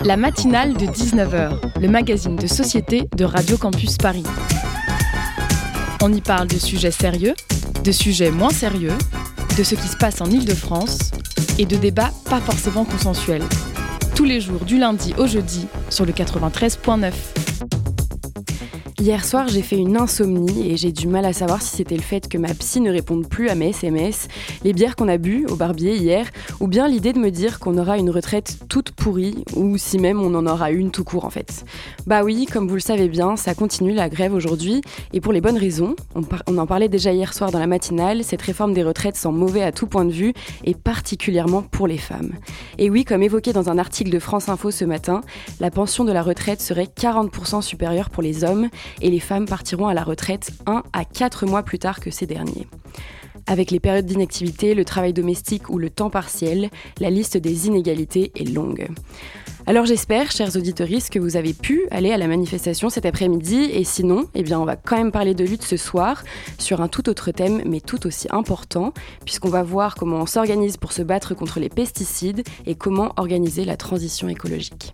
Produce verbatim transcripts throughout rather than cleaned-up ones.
La matinale de dix-neuf heures, le magazine de société de Radio Campus Paris. On y parle de sujets sérieux, de sujets moins sérieux, de ce qui se passe en Île-de-France et de débats pas forcément consensuels. Tous les jours du lundi au jeudi sur le quatre-vingt-treize virgule neuf. Hier soir, j'ai fait une insomnie et j'ai du mal à savoir si c'était le fait que ma psy ne réponde plus à mes S M S, les bières qu'on a bues au barbier hier, ou bien l'idée de me dire qu'on aura une retraite toute pourrie, ou si même on en aura une tout court en fait. Bah oui, comme vous le savez bien, ça continue la grève aujourd'hui, et pour les bonnes raisons. On, par- on en parlait déjà hier soir dans la matinale, cette réforme des retraites sent mauvais à tout point de vue, et particulièrement pour les femmes. Et oui, comme évoqué dans un article de France Info ce matin, la pension de la retraite serait quarante pour cent supérieure pour les hommes, et les femmes partiront à la retraite un à quatre mois plus tard que ces derniers. Avec les périodes d'inactivité, le travail domestique ou le temps partiel, la liste des inégalités est longue. Alors j'espère, chers auditeuristes, que vous avez pu aller à la manifestation cet après-midi, et sinon, eh bien on va quand même parler de lutte ce soir, sur un tout autre thème, mais tout aussi important, puisqu'on va voir comment on s'organise pour se battre contre les pesticides et comment organiser la transition écologique.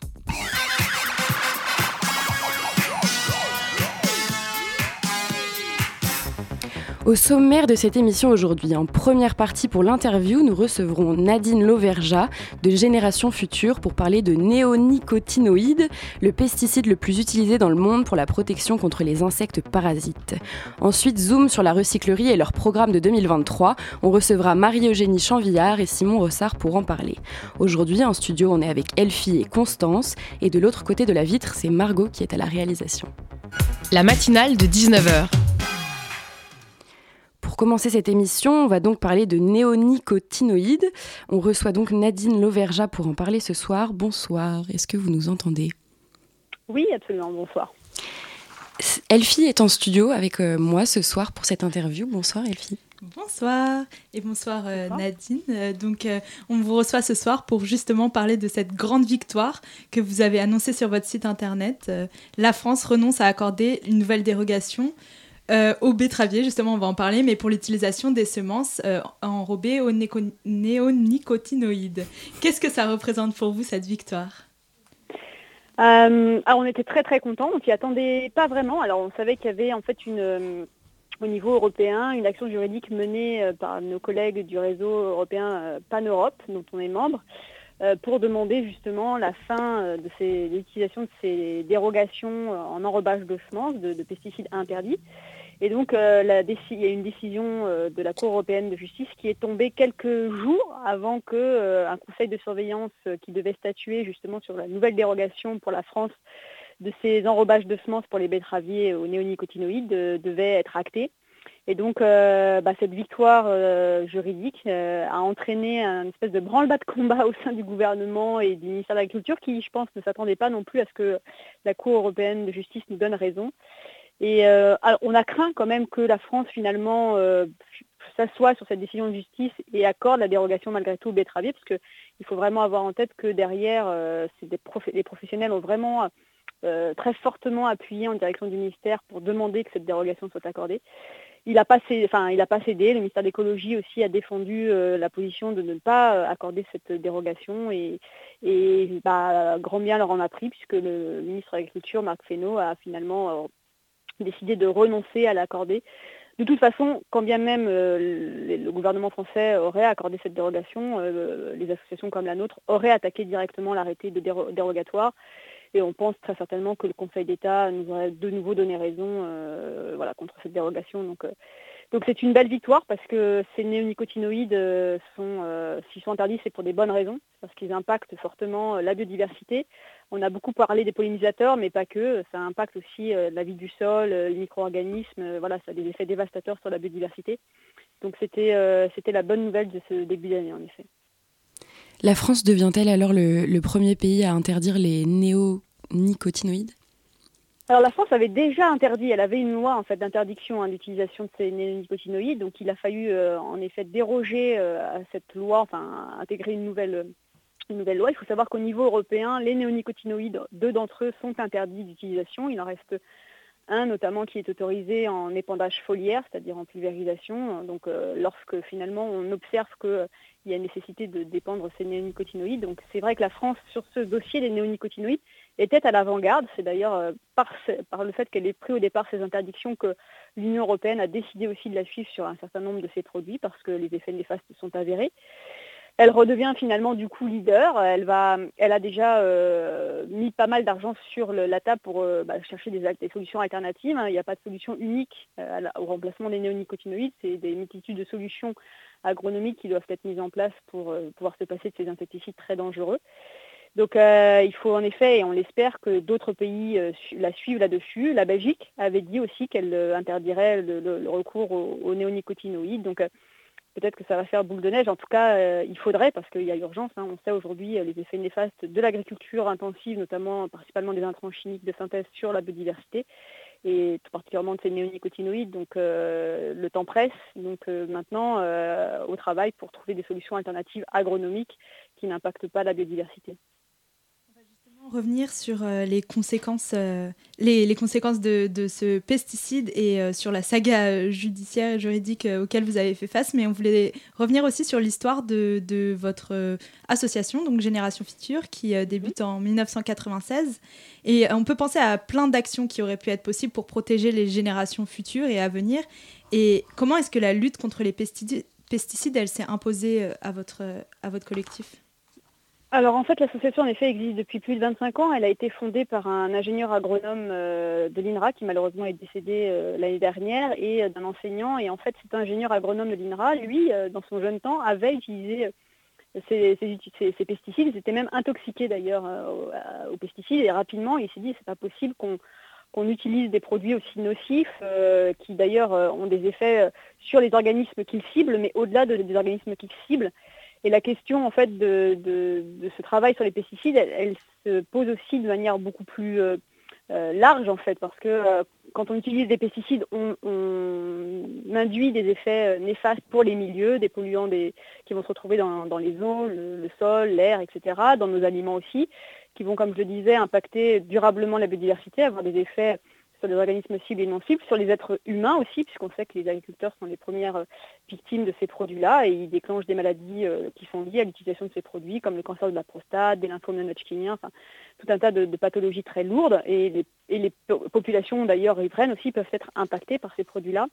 Au sommaire de cette émission aujourd'hui, en première partie pour l'interview, nous recevrons Nadine Lauvergeat de Génération Future pour parler de néonicotinoïdes, le pesticide le plus utilisé dans le monde pour la protection contre les insectes parasites. Ensuite, zoom sur la recyclerie et leur programme de deux mille vingt-trois. On recevra Marie-Eugénie Chanvillard et Simon Rossard pour en parler. Aujourd'hui, en studio, on est avec Elfie et Constance, et de l'autre côté de la vitre, c'est Margot qui est à la réalisation. La matinale de dix-neuf heures. Pour commencer cette émission, on va donc parler de néonicotinoïdes. On reçoit donc Nadine Lauvergeat pour en parler ce soir. Bonsoir, est-ce que vous nous entendez ? Oui, absolument, bonsoir. Elfie est en studio avec euh, moi ce soir pour cette interview. Bonsoir Elfie. Bonsoir et bonsoir, euh, bonsoir. Nadine. Euh, donc euh, on vous reçoit ce soir pour justement parler de cette grande victoire que vous avez annoncée sur votre site internet. Euh, la France renonce à accorder une nouvelle dérogation Euh, au betteravier, justement, on va en parler, mais pour l'utilisation des semences euh, enrobées aux néco- néonicotinoïdes. Qu'est-ce que ça représente pour vous, cette victoire ? euh, alors, on était très très contents, on s'y attendait pas vraiment. Alors, on savait qu'il y avait en fait une, euh, au niveau européen une action juridique menée euh, par nos collègues du réseau européen euh, Pan-Europe, dont on est membre, euh, pour demander justement la fin euh, de, ces, de l'utilisation de ces dérogations euh, en enrobage de semences, de, de pesticides interdits. Et donc, euh, la déci- il y a une décision euh, de la Cour européenne de justice qui est tombée quelques jours avant que euh, un conseil de surveillance euh, qui devait statuer justement sur la nouvelle dérogation pour la France de ces enrobages de semences pour les betteraviers aux néonicotinoïdes euh, devait être acté. Et donc, euh, bah, cette victoire euh, juridique euh, a entraîné un espèce de branle-bas de combat au sein du gouvernement et du ministère de l'Agriculture qui, je pense, ne s'attendait pas non plus à ce que la Cour européenne de justice nous donne raison. Et euh, alors, on a craint quand même que la France, finalement, euh, s'assoie sur cette décision de justice et accorde la dérogation malgré tout aux betteraviers, parce qu'il faut vraiment avoir en tête que derrière, euh, c'est des prof- les professionnels ont vraiment euh, très fortement appuyé en direction du ministère pour demander que cette dérogation soit accordée. Il n'a pas, cédé, enfin, il n'a pas cédé, le ministère de l'écologie aussi a défendu euh, la position de ne pas accorder cette dérogation et, et bah, grand bien leur en a pris, puisque le ministre de l'Agriculture, Marc Fesneau, a finalement euh, décidé de renoncer à l'accorder. De toute façon, quand bien même euh, le, le gouvernement français aurait accordé cette dérogation, euh, les associations comme la nôtre auraient attaqué directement l'arrêté de déro- dérogatoire. Et on pense très certainement que le Conseil d'État nous aurait de nouveau donné raison euh, voilà, contre cette dérogation. Donc, euh, donc c'est une belle victoire parce que ces néonicotinoïdes, euh, sont, euh, s'ils sont interdits, c'est pour des bonnes raisons, parce qu'ils impactent fortement euh, la biodiversité. On a beaucoup parlé des pollinisateurs, mais pas que. Ça impacte aussi euh, la vie du sol, euh, les micro-organismes. Euh, voilà, ça a des effets dévastateurs sur la biodiversité. Donc c'était, euh, c'était la bonne nouvelle de ce début d'année, en effet. La France devient-elle alors le, le premier pays à interdire les néonicotinoïdes ? Alors la France avait déjà interdit, elle avait une loi en fait d'interdiction hein, d'utilisation de ces néonicotinoïdes, donc il a fallu euh, en effet déroger euh, à cette loi, enfin intégrer une nouvelle, une nouvelle loi. Il faut savoir qu'au niveau européen, les néonicotinoïdes, deux d'entre eux sont interdits d'utilisation, il en reste un notamment qui est autorisé en épandage foliaire, c'est-à-dire en pulvérisation. Donc euh, lorsque finalement on observe qu'il y a nécessité de dépendre ces néonicotinoïdes. Donc c'est vrai que la France, sur ce dossier des néonicotinoïdes, était à l'avant-garde. C'est d'ailleurs euh, par, par le fait qu'elle ait pris au départ ces interdictions que l'Union européenne a décidé aussi de la suivre sur un certain nombre de ces produits parce que les effets néfastes sont avérés. Elle redevient finalement du coup leader. Elle, va, elle a déjà euh, mis pas mal d'argent sur le, la table pour euh, bah, chercher des, des solutions alternatives. Hein. Il n'y a pas de solution unique euh, la, au remplacement des néonicotinoïdes. C'est des multitudes de solutions agronomiques qui doivent être mises en place pour euh, pouvoir se passer de ces insecticides très dangereux. Donc euh, il faut en effet, et on l'espère, que d'autres pays euh, la suivent là-dessus. La Belgique avait dit aussi qu'elle euh, interdirait le, le, le recours aux, aux néonicotinoïdes. Donc euh, peut-être que ça va faire boule de neige. En tout cas, euh, il faudrait, parce qu'il y a urgence. Hein. On sait aujourd'hui euh, les effets néfastes de l'agriculture intensive, notamment principalement des intrants chimiques de synthèse sur la biodiversité, et tout particulièrement de ces néonicotinoïdes. Donc euh, le temps presse. Donc euh, maintenant, euh, au travail pour trouver des solutions alternatives agronomiques qui n'impactent pas la biodiversité. Revenir sur euh, les conséquences, euh, les, les conséquences de, de ce pesticide et euh, sur la saga judiciaire et juridique euh, auquel vous avez fait face, mais on voulait revenir aussi sur l'histoire de, de votre euh, association, donc Génération Future, qui euh, débute en dix-neuf cent quatre-vingt-seize. Et euh, on peut penser à plein d'actions qui auraient pu être possibles pour protéger les générations futures et à venir. Et comment est-ce que la lutte contre les pesticides, pesticides elle s'est imposée euh, à, votre, euh, à votre collectif ? Alors en fait, l'association en effet existe depuis plus de vingt-cinq ans. Elle a été fondée par un ingénieur agronome euh, de l'I N R A qui malheureusement est décédé euh, l'année dernière et euh, d'un enseignant. Et en fait, cet ingénieur agronome de l'I N R A, lui, euh, dans son jeune temps, avait utilisé euh, ces, ces, ces, ces pesticides. Il s'était même intoxiqué d'ailleurs euh, aux, aux pesticides et rapidement, il s'est dit c'est pas possible qu'on qu'on utilise des produits aussi nocifs euh, qui d'ailleurs euh, ont des effets euh, sur les organismes qu'ils ciblent, mais au-delà de, des organismes qu'ils ciblent. Et la question en fait de, de, de ce travail sur les pesticides, elle, elle se pose aussi de manière beaucoup plus euh, euh, large en fait, parce que euh, quand on utilise des pesticides, on, on induit des effets néfastes pour les milieux, des polluants des, qui vont se retrouver dans, dans les eaux, le, le sol, l'air, et cetera, dans nos aliments aussi, qui vont, comme je le disais, impacter durablement la biodiversité, avoir des effets sur les organismes cibles et non cibles, sur les êtres humains aussi, puisqu'on sait que les agriculteurs sont les premières victimes de ces produits-là et ils déclenchent des maladies euh, qui sont liées à l'utilisation de ces produits, comme le cancer de la prostate, des lymphomes non-Hodgkiniens, enfin tout un tas de, de pathologies très lourdes. Et les, et les populations d'ailleurs riveraines aussi peuvent être impactées par ces produits-là.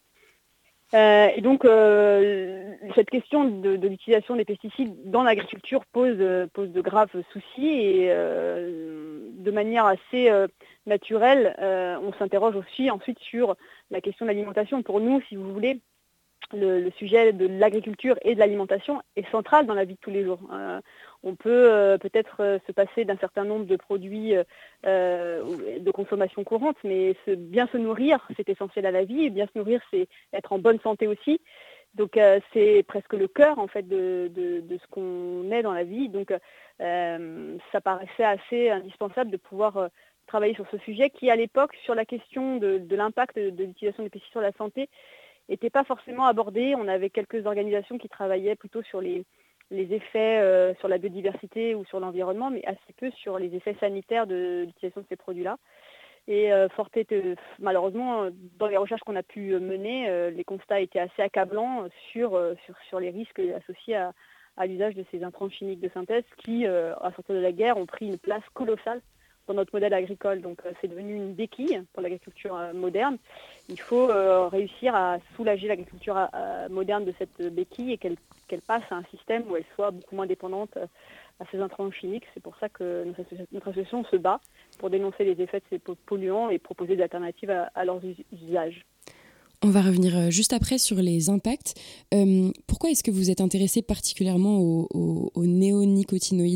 Euh, et donc euh, cette question de, de l'utilisation des pesticides dans l'agriculture pose, euh, pose de graves soucis et euh, de manière assez euh, naturelle, euh, on s'interroge aussi ensuite sur la question de l'alimentation. Pour nous, si vous voulez, le, le sujet de l'agriculture et de l'alimentation est central dans la vie de tous les jours. Euh, on peut euh, peut-être euh, se passer d'un certain nombre de produits euh, de consommation courante, mais se, bien se nourrir, c'est essentiel à la vie, et bien se nourrir, c'est être en bonne santé aussi. Donc euh, c'est presque le cœur en fait de, de, de ce qu'on est dans la vie. Donc euh, ça paraissait assez indispensable de pouvoir euh, travailler sur ce sujet qui, à l'époque, sur la question de, de l'impact de, de l'utilisation des pesticides sur la santé, n'était pas forcément abordé. On avait quelques organisations qui travaillaient plutôt sur les, les effets euh, sur la biodiversité ou sur l'environnement, mais assez peu sur les effets sanitaires de l'utilisation de ces produits-là. Et euh, fort est, euh, malheureusement, dans les recherches qu'on a pu mener, euh, les constats étaient assez accablants sur, euh, sur, sur les risques associés à, à l'usage de ces intrants chimiques de synthèse qui, euh, à sortir de la guerre, ont pris une place colossale dans notre modèle agricole. Donc euh, c'est devenu une béquille pour l'agriculture euh, moderne. Il faut euh, réussir à soulager l'agriculture euh, moderne de cette béquille et qu'elle, qu'elle passe à un système où elle soit beaucoup moins dépendante euh, à ces intrants chimiques. C'est pour ça que notre association, notre association se bat pour dénoncer les effets de ces polluants et proposer des alternatives à, à leurs usages. On va revenir juste après sur les impacts. Euh, pourquoi est-ce que vous êtes intéressé particulièrement aux, aux, aux néonicotinoïdes ?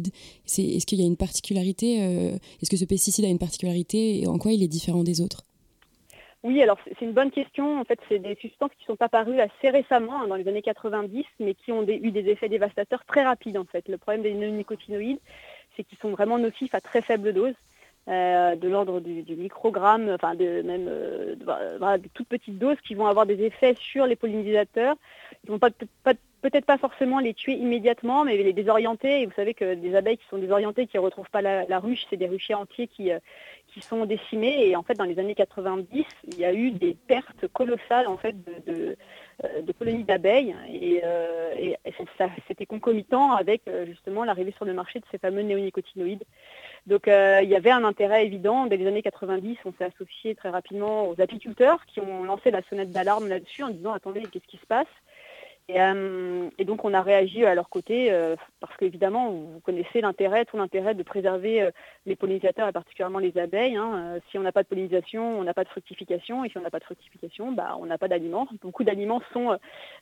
C'est, Est-ce qu'il y a une particularité euh, Est-ce que ce pesticide a une particularité et en quoi il est différent des autres ? Oui, alors c'est une bonne question. En fait, c'est des substances qui sont apparues assez récemment, dans les années quatre-vingt-dix, mais qui ont des, eu des effets dévastateurs très rapides, en fait. Le problème des néonicotinoïdes, c'est qu'ils sont vraiment nocifs à très faible dose. Euh, de l'ordre du, du microgramme, enfin de même euh, de, de, de toutes petites doses qui vont avoir des effets sur les pollinisateurs. Ils ne vont pas, pas peut-être pas forcément les tuer immédiatement, mais les désorienter. Et vous savez que des abeilles qui sont désorientées, qui ne retrouvent pas la, la ruche, c'est des ruchers entiers qui, euh, qui sont décimés. Et en fait, dans les années quatre-vingt-dix, il y a eu des pertes colossales en fait, de, de, euh, de colonies d'abeilles. Et, euh, et ça, c'était concomitant avec euh, justement l'arrivée sur le marché de ces fameux néonicotinoïdes. Donc euh, il y avait un intérêt évident. Dès les années quatre-vingt-dix, on s'est associé très rapidement aux apiculteurs qui ont lancé la sonnette d'alarme là-dessus en disant « Attendez, qu'est-ce qui se passe ?» Et, euh, et donc on a réagi à leur côté euh, parce qu'évidemment vous connaissez l'intérêt, tout l'intérêt de préserver euh, les pollinisateurs et particulièrement les abeilles. Hein. Euh, si on n'a pas de pollinisation, on n'a pas de fructification, et si on n'a pas de fructification, bah, on n'a pas d'aliments. Beaucoup d'aliments sont,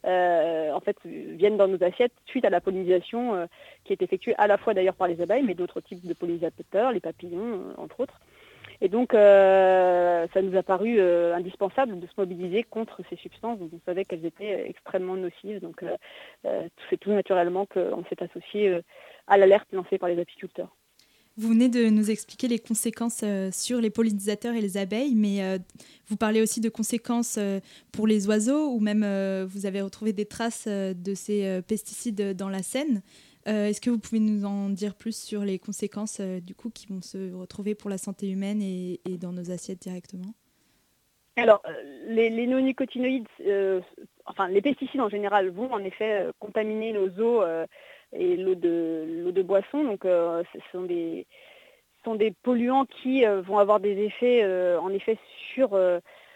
euh, en fait, viennent dans nos assiettes suite à la pollinisation euh, qui est effectuée à la fois d'ailleurs par les abeilles, mais d'autres types de pollinisateurs, les papillons euh, entre autres. Et donc, euh, ça nous a paru euh, indispensable de se mobiliser contre ces substances dont on savait qu'elles étaient extrêmement nocives. Donc, euh, euh, c'est tout naturellement qu'on s'est associé euh, à l'alerte lancée par les apiculteurs. Vous venez de nous expliquer les conséquences euh, sur les pollinisateurs et les abeilles, mais euh, vous parlez aussi de conséquences euh, pour les oiseaux, ou même euh, vous avez retrouvé des traces euh, de ces euh, pesticides dans la Seine. Euh, est-ce que vous pouvez nous en dire plus sur les conséquences euh, du coup, qui vont se retrouver pour la santé humaine et, et dans nos assiettes directement ? Alors, les, les néonicotinoïdes, euh, enfin les pesticides en général vont en effet euh, contaminer nos eaux euh, et l'eau de, l'eau de boisson. Donc, euh, ce sont des, ce sont des polluants qui euh, vont avoir des effets euh, en effet sur euh,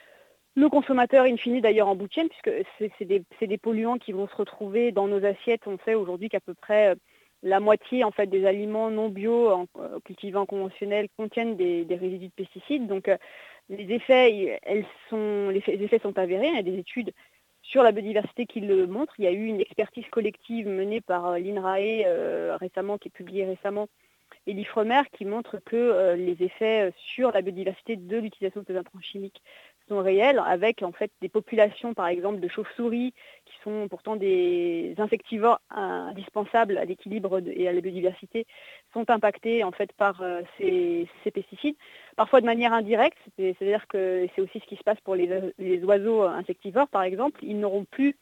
le consommateur in fine d'ailleurs en bout de chaîne, puisque c'est, c'est, des, c'est des polluants qui vont se retrouver dans nos assiettes. On sait aujourd'hui qu'à peu près euh, la moitié en fait, des aliments non bio en, euh, cultivés en conventionnel contiennent des, des résidus de pesticides. Donc euh, les effets, elles sont, les effets sont avérés. Il y a des études sur la biodiversité qui le montrent. Il y a eu une expertise collective menée par euh, l'INRAE euh, récemment, qui est publiée récemment, et l'IFREMER, qui montre que euh, les effets sur la biodiversité de l'utilisation de ces intrants chimiques sont réels, avec en fait des populations par exemple de chauves-souris qui sont pourtant des insectivores indispensables à l'équilibre et à la biodiversité, sont impactées en fait par euh, ces, ces pesticides, parfois de manière indirecte, c'est, c'est-à-dire que c'est aussi ce qui se passe pour les, les oiseaux insectivores par exemple. Ils n'auront plus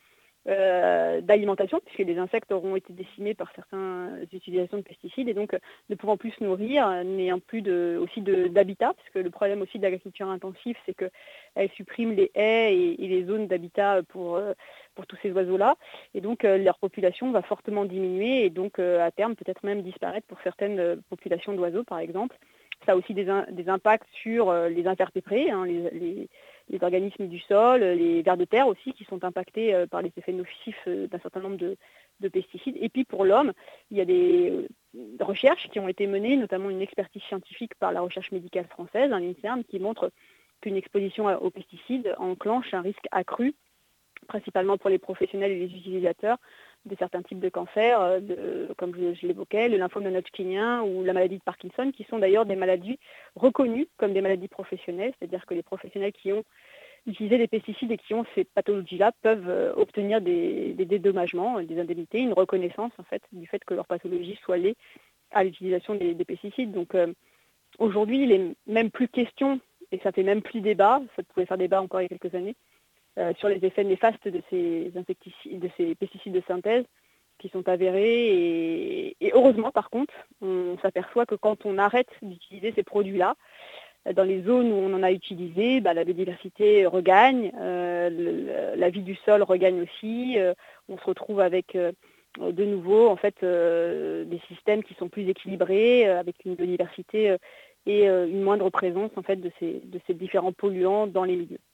Euh, d'alimentation, puisque les insectes auront été décimés par certaines utilisations de pesticides et donc euh, ne pouvant plus se nourrir, n'ayant plus de, aussi de, d'habitat, parce que le problème aussi de l'agriculture intensive, c'est qu'elle supprime les haies et, et les zones d'habitat pour, euh, pour tous ces oiseaux-là, et donc euh, leur population va fortement diminuer et donc euh, à terme peut-être même disparaître pour certaines euh, populations d'oiseaux par exemple. Ça a aussi des, in- des impacts sur euh, les invertébrés, hein, les, les les organismes du sol, les vers de terre aussi qui sont impactés euh, par les effets nocifs euh, d'un certain nombre de, de pesticides. Et puis pour l'homme, il y a des euh, recherches qui ont été menées, notamment une expertise scientifique par la recherche médicale française, un INSERM, qui montre qu'une exposition aux pesticides enclenche un risque accru, principalement pour les professionnels et les utilisateurs, de certains types de cancers, de, comme je, je l'évoquais, le lymphome non-Hodgkinien ou la maladie de Parkinson, qui sont d'ailleurs des maladies reconnues comme des maladies professionnelles, c'est-à-dire que les professionnels qui ont utilisé des pesticides et qui ont ces pathologies-là peuvent euh, obtenir des, des dédommagements, des indemnités, une reconnaissance en fait du fait que leur pathologie soit liée à l'utilisation des, des pesticides. Donc euh, aujourd'hui, il n'est même plus question, et ça fait même plus débat, ça pouvait faire débat encore il y a quelques années, Euh, sur les effets néfastes de ces insecticides, de ces pesticides de synthèse qui sont avérés. Et, et heureusement, par contre, on s'aperçoit que quand on arrête d'utiliser ces produits-là, dans les zones où on en a utilisé, bah, la biodiversité regagne, euh, le, la vie du sol regagne aussi. Euh, on se retrouve avec euh, de nouveau en fait euh, des systèmes qui sont plus équilibrés, euh, avec une biodiversité euh, et euh, une moindre présence en fait de ces, de ces différents polluants dans les milieux.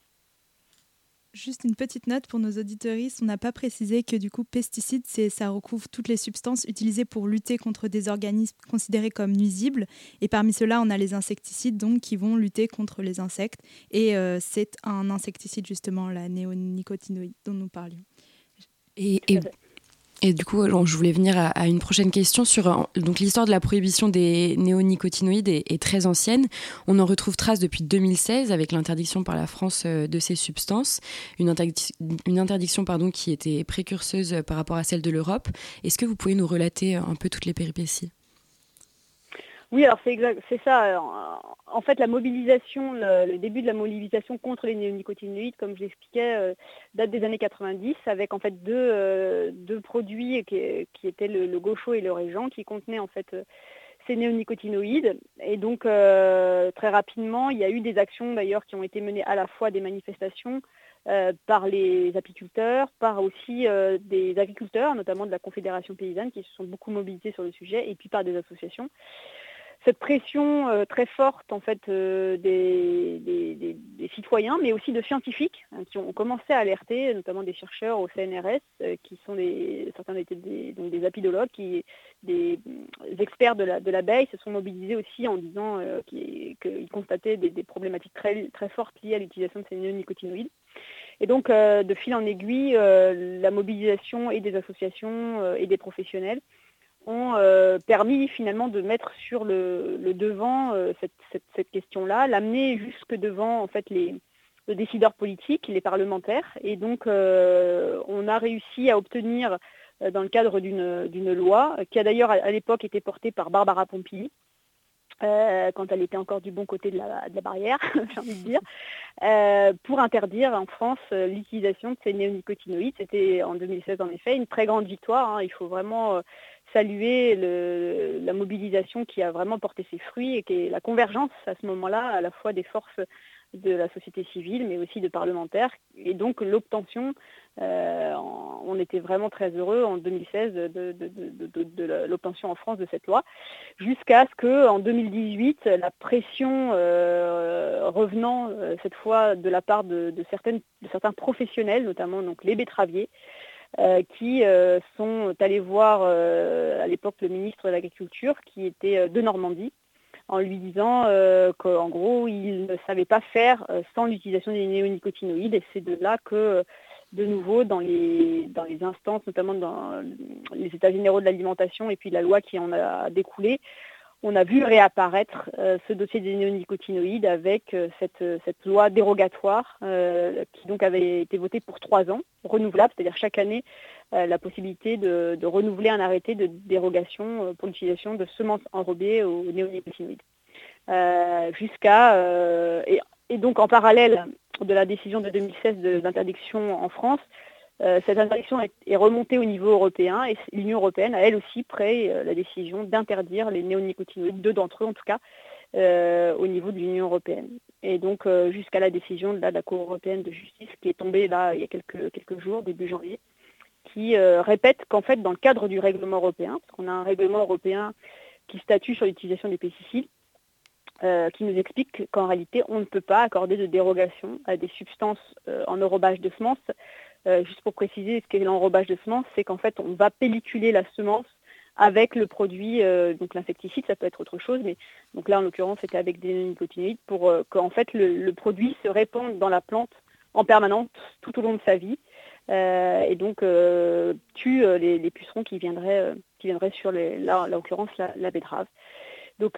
Juste une petite note pour nos auditeuristes, on n'a pas précisé que du coup pesticides, c'est, ça recouvre toutes les substances utilisées pour lutter contre des organismes considérés comme nuisibles, et parmi ceux-là on a les insecticides donc qui vont lutter contre les insectes, et euh, c'est un insecticide justement, la néonicotinoïde dont nous parlions. Et, et... Et du coup, je voulais venir à, à une prochaine question sur donc l'histoire de la prohibition des néonicotinoïdes est, est très ancienne. On en retrouve trace depuis deux mille seize avec l'interdiction par la France de ces substances, une, interdi- une interdiction pardon, qui était précurseuse par rapport à celle de l'Europe. Est-ce que vous pouvez nous relater un peu toutes les péripéties ? Oui, alors c'est exact, c'est ça. Alors, en fait, la mobilisation, le, le début de la mobilisation contre les néonicotinoïdes, comme je l'expliquais, euh, date des années quatre-vingt-dix, avec en fait deux, euh, deux produits qui, qui étaient le, le Gaucho et le Régent, qui contenaient en fait euh, ces néonicotinoïdes. Et donc, euh, très rapidement, il y a eu des actions d'ailleurs qui ont été menées à la fois des manifestations euh, par les apiculteurs, par aussi euh, des agriculteurs, notamment de la Confédération paysanne, qui se sont beaucoup mobilisés sur le sujet, et puis par des associations. Cette pression euh, très forte en fait euh, des, des, des, des citoyens, mais aussi de scientifiques hein, qui ont commencé à alerter, notamment des chercheurs au C N R S, euh, qui sont des, certains étaient des, donc des apidologues, qui, des, des experts de, la, de l'abeille se sont mobilisés aussi en disant euh, qu'ils, qu'ils constataient des, des problématiques très, très fortes liées à l'utilisation de ces néonicotinoïdes. Et donc, euh, de fil en aiguille, euh, la mobilisation et des associations euh, et des professionnels ont euh, permis finalement de mettre sur le, le devant euh, cette, cette, cette question-là, l'amener jusque devant en fait les, les décideurs politiques, les parlementaires. Et donc euh, on a réussi à obtenir euh, dans le cadre d'une, d'une loi, qui a d'ailleurs à, à l'époque été portée par Barbara Pompili, euh, quand elle était encore du bon côté de la, de la barrière, j'ai envie de dire, euh, pour interdire en France euh, l'utilisation de ces néonicotinoïdes. C'était en deux mille seize en effet une très grande victoire. Hein. Il faut vraiment euh, saluer le, la mobilisation qui a vraiment porté ses fruits et qui est la convergence à ce moment-là à la fois des forces de la société civile mais aussi de parlementaires et donc l'obtention, euh, on était vraiment très heureux en deux mille seize de, de, de, de, de, de l'obtention en France de cette loi, jusqu'à ce qu'en deux mille dix-huit la pression euh, revenant euh, cette fois de la part de, de, certaines, de certains professionnels, notamment donc les betteraviers, Euh, qui euh, sont allés voir euh, à l'époque le ministre de l'Agriculture qui était euh, de Normandie en lui disant euh, qu'en gros il ne savait pas faire euh, sans l'utilisation des néonicotinoïdes et c'est de là que de nouveau dans les, dans les instances, notamment dans les états généraux de l'alimentation et puis la loi qui en a découlé, on a vu réapparaître euh, ce dossier des néonicotinoïdes avec euh, cette, cette loi dérogatoire euh, qui donc avait été votée pour trois ans, renouvelable, c'est-à-dire chaque année euh, la possibilité de, de renouveler un arrêté de dérogation euh, pour l'utilisation de semences enrobées aux néonicotinoïdes. Euh, jusqu'à euh, et, et donc en parallèle de la décision de deux mille seize de, d'interdiction en France, Euh, cette interdiction est, est remontée au niveau européen et l'Union européenne a elle aussi pris euh, la décision d'interdire les néonicotinoïdes, deux d'entre eux en tout cas, euh, au niveau de l'Union européenne. Et donc euh, jusqu'à la décision de la, de la Cour européenne de justice qui est tombée là il y a quelques, quelques jours, début janvier, qui euh, répète qu'en fait dans le cadre du règlement européen, parce qu'on a un règlement européen qui statue sur l'utilisation des pesticides, Euh, qui nous explique qu'en réalité on ne peut pas accorder de dérogation à des substances euh, en enrobage de semences. Euh, juste pour préciser ce qu'est l'enrobage de semences, c'est qu'en fait on va pelliculer la semence avec le produit, euh, donc l'insecticide, ça peut être autre chose, mais donc là en l'occurrence c'était avec des néonicotinoïdes pour euh, qu'en fait le, le produit se répande dans la plante en permanence tout au long de sa vie euh, et donc euh, tue euh, les, les pucerons qui viendraient, euh, qui viendraient sur les, là en l'occurrence la, la betterave. Donc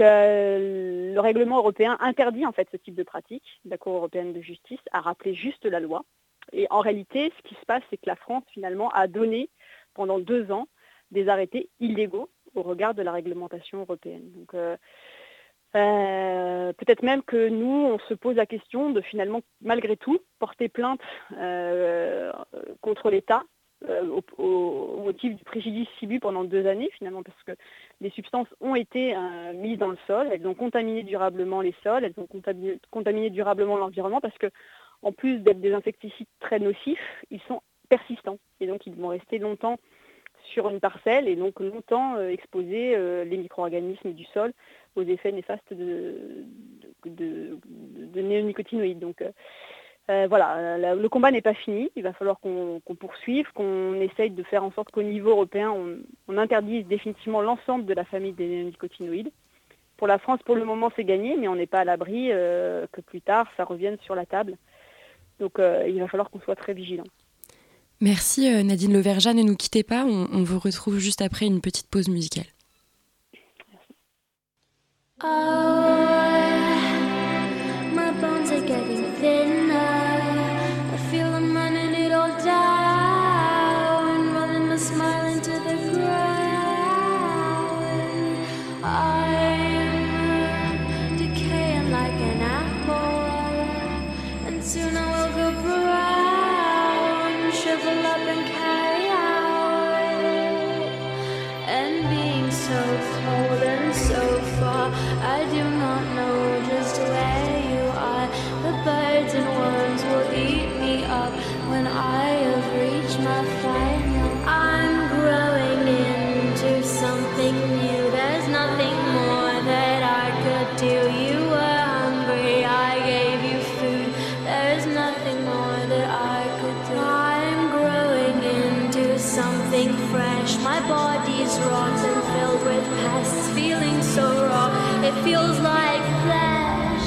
euh, le règlement européen interdit en fait ce type de pratique. La Cour européenne de justice a rappelé juste la loi. Et en réalité, ce qui se passe, c'est que la France finalement a donné pendant deux ans des arrêtés illégaux au regard de la réglementation européenne. Donc euh, euh, peut-être même que nous, on se pose la question de finalement, malgré tout, porter plainte euh, contre l'État euh, au, au, au motif du préjudice subi pendant deux années finalement, parce que les substances ont été euh, mises dans le sol, elles ont contaminé durablement les sols, elles ont contaminé, contaminé durablement l'environnement, parce que en plus d'être des insecticides très nocifs, ils sont persistants et donc ils vont rester longtemps sur une parcelle et donc longtemps euh, exposer euh, les micro-organismes du sol aux effets néfastes de, de, de, de néonicotinoïdes. Donc euh, euh, voilà, la, le combat n'est pas fini, il va falloir qu'on, qu'on poursuive, qu'on essaye de faire en sorte qu'au niveau européen, on, on interdise définitivement l'ensemble de la famille des néonicotinoïdes. Pour la France, pour le moment, c'est gagné, mais on n'est pas à l'abri euh, que plus tard, ça revienne sur la table. Donc euh, il va falloir qu'on soit très vigilant. Merci euh, Nadine Lauvergeat, ne nous quittez pas, on, on vous retrouve juste après une petite pause musicale. Merci. Oh, my bones are getting thinner. I feel I'm running it all down, rolling my smile into the ground. I'm decaying like it feels like flesh.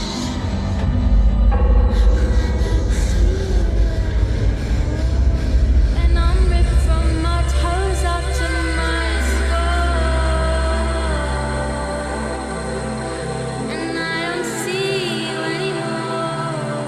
And I'm ripped from my toes up to my skull. And I don't see you anymore.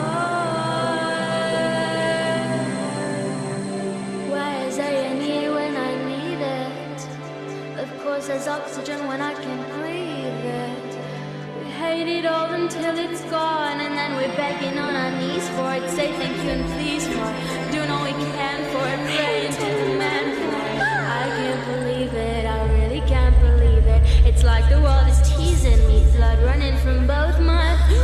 Why is there a need when I need it? Of course there's oxygen when I can't breathe it. We hate it all until it's gone, and then we're begging on our knees for it. Say thank you and please for it. Doing all we can for it, praying to the man for it. I can't believe it, I really can't believe it. It's like the world is teasing me, blood running from both my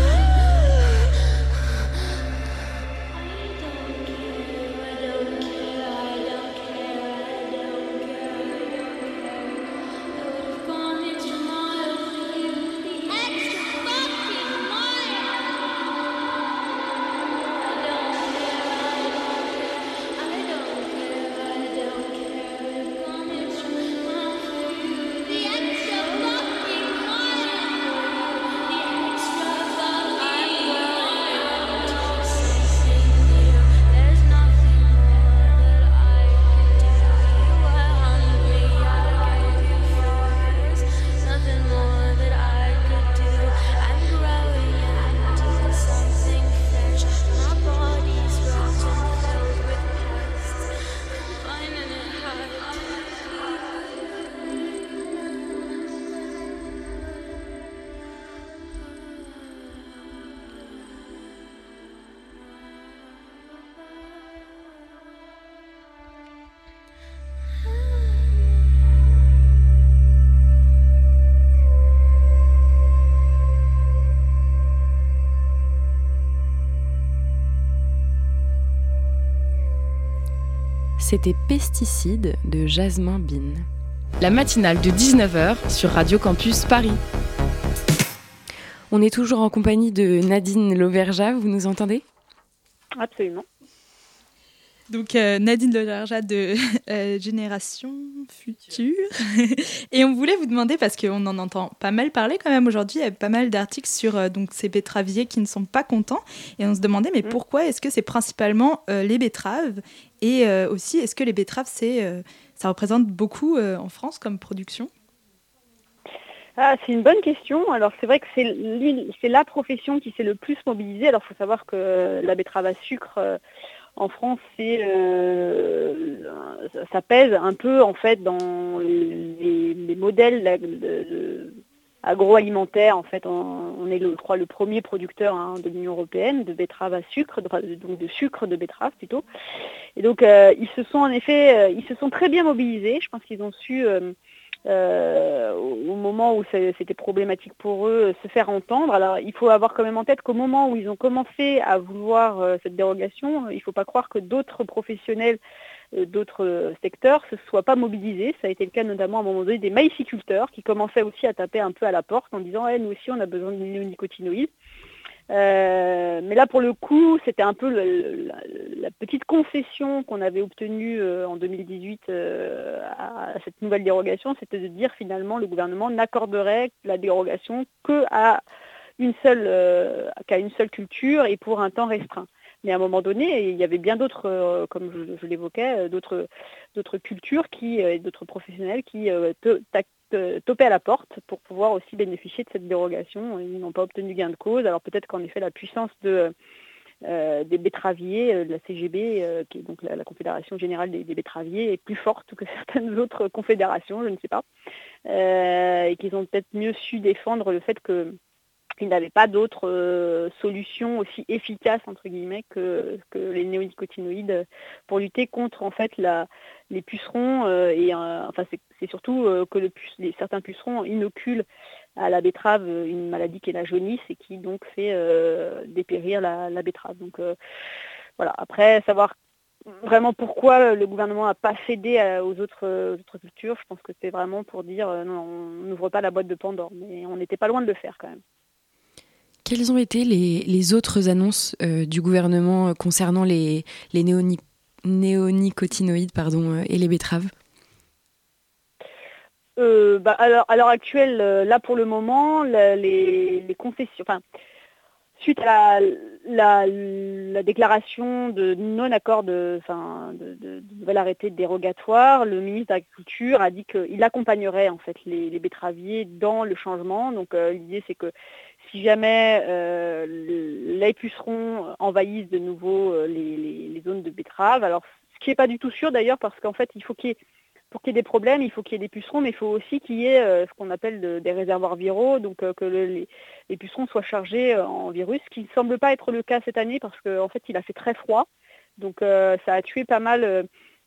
C'était Pesticides de Jasmin Bin. La matinale de dix-neuf heures sur Radio Campus Paris. On est toujours en compagnie de Nadine Lauvergeat, vous nous entendez ? Absolument. Donc euh, Nadine Lauvergeat de euh, Génération Future. Et on voulait vous demander, parce qu'on en entend pas mal parler quand même aujourd'hui, il y a pas mal d'articles sur euh, donc, ces betteraviers qui ne sont pas contents. Et on se demandait, mais mmh. pourquoi est-ce que c'est principalement euh, les betteraves ? Et euh, aussi, est-ce que les betteraves, c'est, euh, ça représente beaucoup euh, en France comme production ? Ah, c'est une bonne question. Alors c'est vrai que c'est, l'une, c'est la profession qui s'est le plus mobilisée. Alors il faut savoir que la betterave à sucre euh, en France, c'est, euh, ça pèse un peu en fait dans les, les modèles de, de, de, agroalimentaires. En fait, on, on est, le, je crois, le premier producteur hein, de l'Union européenne de betterave à sucre, de, donc de sucre de betterave plutôt. Et donc euh, ils se sont en effet, euh, ils se sont très bien mobilisés. Je pense qu'ils ont su euh, Euh, au moment où c'était problématique pour eux, se faire entendre. Alors il faut avoir quand même en tête qu'au moment où ils ont commencé à vouloir euh, cette dérogation, il ne faut pas croire que d'autres professionnels, euh, d'autres secteurs ne se soient pas mobilisés. Ça a été le cas notamment à un moment donné des maïsiculteurs qui commençaient aussi à taper un peu à la porte en disant hey, « nous aussi on a besoin de néonicotinoïdes ». Euh, mais là pour le coup c'était un peu le, la, la petite concession qu'on avait obtenue euh, en deux mille dix-huit euh, à, à cette nouvelle dérogation, c'était de dire finalement le gouvernement n'accorderait la dérogation qu'à une seule euh, qu'à une seule culture et pour un temps restreint. Mais à un moment donné, il y avait bien d'autres, euh, comme je, je l'évoquais, d'autres, d'autres cultures qui, euh, d'autres professionnels qui euh, te, te, topaient à la porte pour pouvoir aussi bénéficier de cette dérogation. Ils n'ont pas obtenu gain de cause. Alors peut-être qu'en effet, la puissance de, euh, des betteraviers, euh, de la C G B, euh, qui est donc la, la Confédération Générale des, des Betteraviers, est plus forte que certaines autres confédérations, je ne sais pas. Euh, et qu'ils ont peut-être mieux su défendre le fait que ils n'avaient pas d'autres euh, solutions aussi efficaces entre guillemets que, que les néonicotinoïdes pour lutter contre en fait la, les pucerons euh, et euh, enfin c'est, c'est surtout euh, que le puce, les, certains pucerons inoculent à la betterave une maladie qui est la jaunisse et qui donc fait euh, dépérir la, la betterave. Donc euh, voilà. Après savoir vraiment pourquoi le gouvernement n'a pas cédé à, aux, autres, aux autres cultures, je pense que c'est vraiment pour dire euh, non, on n'ouvre pas la boîte de Pandore, mais on n'était pas loin de le faire quand même. Quelles ont été les, les autres annonces euh, du gouvernement concernant les, les néoni- néonicotinoïdes pardon, euh, et les betteraves ? euh, bah, alors, à l'heure actuelle, euh, là pour le moment, la- les, les concessions, enfin, suite à la, la, la déclaration de non-accord de, enfin, de, de, de nouvel arrêté dérogatoire, le ministre de l'Agriculture a dit qu'il accompagnerait en fait les, les betteraviers dans le changement. Donc euh, l'idée c'est que si jamais euh, le- les pucerons envahissent de nouveau euh, les, les- les zones de betteraves, alors ce qui n'est pas du tout sûr d'ailleurs parce qu'en fait il faut qu'il y ait pour qu'il y ait des problèmes, il faut qu'il y ait des pucerons, mais il faut aussi qu'il y ait euh, ce qu'on appelle de- des réservoirs viraux, donc euh, que le- les, les pucerons soient chargés euh, en virus, ce qui ne semble pas être le cas cette année parce qu'en en fait il a fait très froid, donc euh, ça a tué pas mal euh,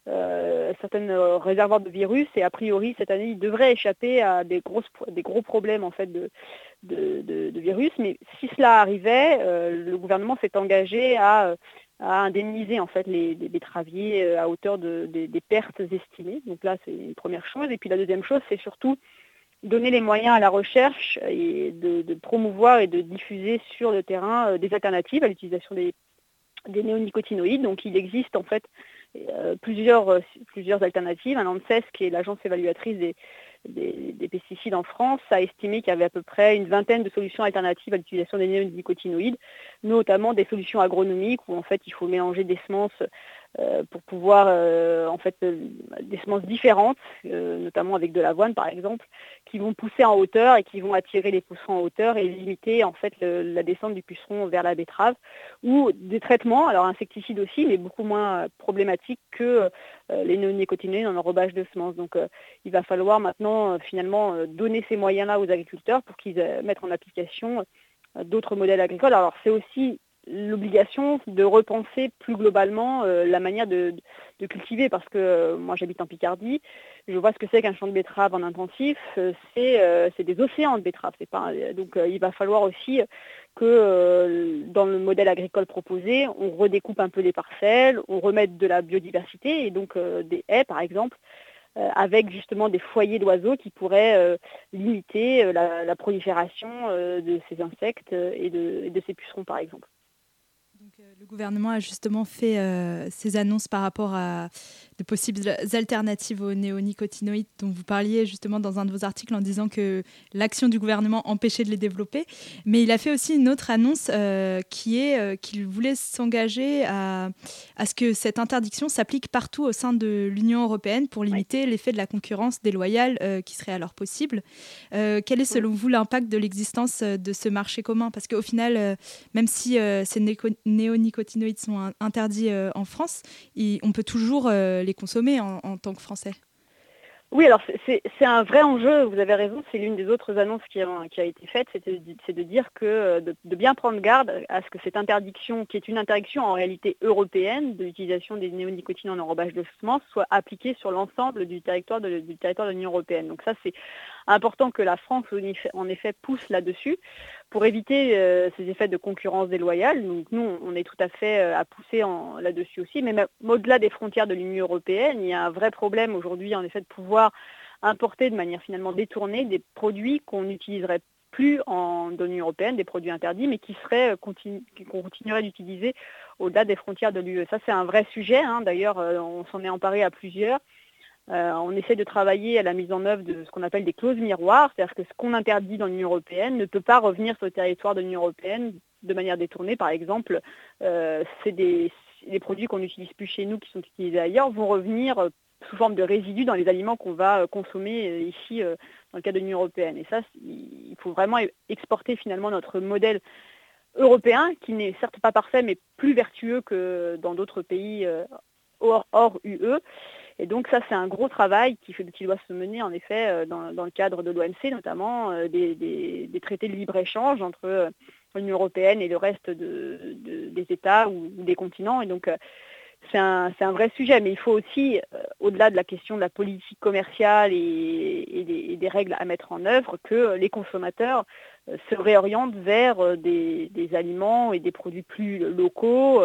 euh, certaines euh, réservoirs de virus et a priori cette année il devrait échapper à des, grosses, des gros problèmes en fait de, de, de- de virus, mais si cela arrivait, euh, le gouvernement s'est engagé à euh, à indemniser en fait les, les betteraviers euh, à hauteur de, des- des pertes estimées. Donc là, c'est une première chose. Et puis la deuxième chose, c'est surtout donner les moyens à la recherche et de, de promouvoir et de diffuser sur le terrain euh, des alternatives à l'utilisation des, des néonicotinoïdes. Donc il existe en fait euh, plusieurs, euh, plusieurs alternatives. Un ANSES, qui est l'agence évaluatrice des, des, des pesticides en France, a estimé qu'il y avait à peu près une vingtaine de solutions alternatives à l'utilisation des néonicotinoïdes, notamment des solutions agronomiques où en fait il faut mélanger des semences euh, pour pouvoir euh, en fait euh, des semences différentes, euh, notamment avec de l'avoine par exemple, qui vont pousser en hauteur et qui vont attirer les pucerons en hauteur et limiter en fait le, la descente du puceron vers la betterave, ou des traitements, alors insecticides aussi, mais beaucoup moins problématiques que euh, les néonicotinoïdes en enrobage de semences. Donc euh, il va falloir maintenant euh, finalement euh, donner ces moyens-là aux agriculteurs pour qu'ils euh, mettent en application euh, d'autres modèles agricoles. Alors c'est aussi l'obligation de repenser plus globalement euh, la manière de, de cultiver parce que euh, moi j'habite en Picardie, je vois ce que c'est qu'un champ de betterave en intensif, euh, c'est, euh, c'est des océans de betteraves. C'est pas, donc euh, il va falloir aussi que euh, dans le modèle agricole proposé, on redécoupe un peu les parcelles, on remette de la biodiversité et donc euh, des haies par exemple, euh, avec justement des foyers d'oiseaux qui pourraient euh, limiter euh, la, la prolifération euh, de ces insectes et de, et de ces pucerons par exemple. Donc, euh, le gouvernement a justement fait euh, ces annonces par rapport à de possibles alternatives aux néonicotinoïdes dont vous parliez justement dans un de vos articles en disant que l'action du gouvernement empêchait de les développer. Mais il a fait aussi une autre annonce euh, qui est euh, qu'il voulait s'engager à, à ce que cette interdiction s'applique partout au sein de l'Union européenne pour limiter oui. l'effet de la concurrence déloyale euh, qui serait alors possible. Euh, quel est selon vous l'impact de l'existence de ce marché commun ? Parce qu'au final, euh, même si euh, ces néco- néonicotinoïdes sont interdits euh, en France, et on peut toujours euh, les consommer en, en tant que Français. Oui, alors c'est, c'est, c'est un vrai enjeu, vous avez raison, c'est l'une des autres annonces qui a, qui a été faite, c'est de, c'est de dire que de, de bien prendre garde à ce que cette interdiction, qui est une interdiction en réalité européenne de l'utilisation des néonicotinoïdes en enrobage de semences, soit appliquée sur l'ensemble du territoire de, du territoire de l'Union européenne. Donc ça, c'est important que la France, en effet, pousse là-dessus pour éviter euh, ces effets de concurrence déloyale. Donc nous, on est tout à fait euh, à pousser en, là-dessus aussi. Mais même au-delà des frontières de l'Union européenne, il y a un vrai problème aujourd'hui, en effet, de pouvoir importer de manière finalement détournée des produits qu'on n'utiliserait plus en, dans l'Union européenne, des produits interdits, mais qui seraient, continu, qu'on continuerait d'utiliser au-delà des frontières de l'U E. Ça, c'est un vrai sujet. Hein. D'ailleurs, euh, on s'en est emparé à plusieurs. Euh, on essaie de travailler à la mise en œuvre de ce qu'on appelle des clauses miroirs, c'est-à-dire que ce qu'on interdit dans l'Union européenne ne peut pas revenir sur le territoire de l'Union européenne de manière détournée. Par exemple, euh, c'est des, des produits qu'on n'utilise plus chez nous, qui sont utilisés ailleurs, vont revenir euh, sous forme de résidus dans les aliments qu'on va euh, consommer euh, ici euh, dans le cas de l'Union européenne. Et ça, il faut vraiment exporter finalement notre modèle européen, qui n'est certes pas parfait, mais plus vertueux que dans d'autres pays euh, hors, hors U E. Et donc ça, c'est un gros travail qui, qui doit se mener en effet dans, dans le cadre de l'O M C, notamment euh, des, des, des traités de libre-échange entre euh, l'Union européenne et le reste de, de, des États ou, ou des continents. Et donc euh, c'est un, c'est un vrai sujet, mais il faut aussi, euh, au-delà de la question de la politique commerciale et, et, des, et des règles à mettre en œuvre, que les consommateurs euh, se réorientent vers euh, des, des aliments et des produits plus locaux,